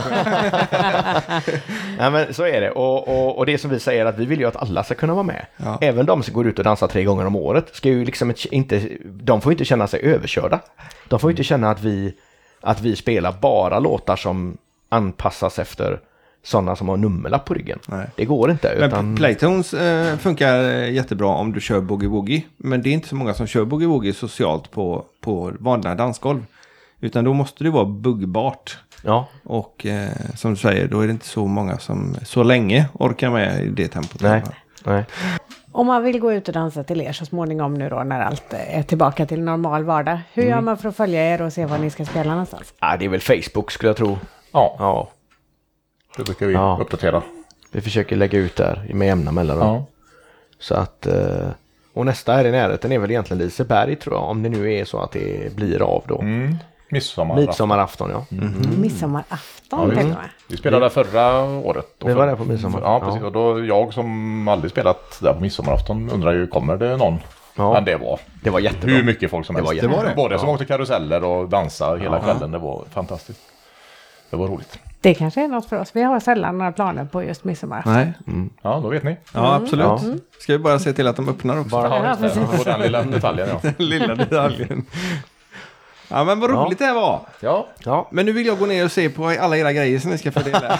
Nej, men så är det. Och, och, och det som vi säger att vi vill ju att alla ska kunna vara med. Ja. Även de som går ut och dansar tre gånger om året ska ju liksom inte... De får inte känna sig överkörda. De får inte känna att vi, att vi spelar bara låtar som anpassas efter sådana som har nummerlapp på ryggen. Nej. Det går inte. Utan... Men Playtones äh, funkar jättebra om du kör boogie-woogie. Men det är inte så många som kör boogie-woogie socialt på, på vanliga dansgolv. Utan då måste det vara buggbart. Ja. Och äh, som du säger, då är det inte så många som så länge orkar med i det tempot. Nej. Nej. Om man vill gå ut och dansa till er så småningom nu då när allt är tillbaka till normal vardag. Hur mm. gör man för att följa er och se var ni ska spela någonstans? Ja, det är väl Facebook skulle jag tro. Ja. Ja. Det brukar vi ja. uppdatera. Vi försöker lägga ut där med jämna mellanrum. Ja. Så att, och nästa här i närheten är väl egentligen Liseberg tror jag. Om det nu är så att det blir av då. Mm. Midsommarafton. Midsommarafton, ja. Mm. Mm. Midsommarafton, ja, mm. Vi spelade där förra året. Vi var där på midsommar. Ja, precis. Ja. Och då jag som aldrig spelat där på midsommarafton undrar ju, kommer det någon? Ja. Men det var, det var jättebra. Hur mycket folk som det helst. Var det var det. Både ja. som åkte karuseller och dansade hela ja. kvällen. Det var fantastiskt. Det var roligt. Det kanske är något för oss. Vi har sällan några planer på just midsommar. Nej. Mm. Ja, då vet ni. Ja, absolut. Ja. Ska vi bara se till att de öppnar också? Bara ha ja, ja, den lilla detaljen, ja. Den lilla detaljen. Ja, men vad roligt ja. det här var. Ja. ja. Men nu vill jag gå ner och se på alla era grejer som ni ska fördela.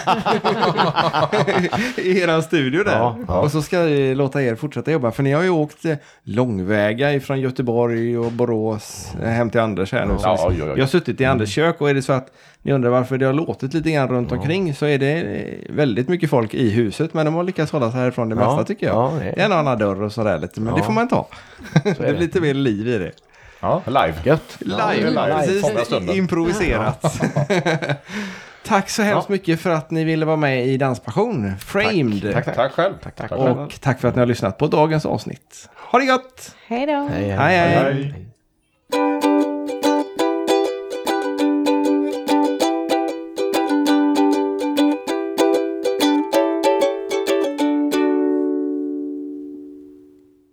I er studio där. Ja, ja. Och så ska jag låta er fortsätta jobba. För ni har ju åkt långväga ifrån Göteborg och Borås hem till Anders här nu. Ja, ja, ja. Jag har suttit i Anders kök och är det så att ni undrar varför det har låtit lite grann runt ja. omkring, så är det väldigt mycket folk i huset. Men de har lyckats hålla sig härifrån det mesta ja. tycker jag. Ja, det är en annan dörr och sådär lite. Men ja. det får man ta. det blir lite mer liv i det. Ja, live. Gött. Live, ja, live. Precis, improviserat. Tack så hemskt ja. mycket för att ni ville vara med i Danspassion. Framed. Tack, tack, tack. tack själv. Tack, tack. Och tack för att ni har lyssnat på dagens avsnitt. Ha det gott! Hej då! Hej, hej. hej, hej. hej.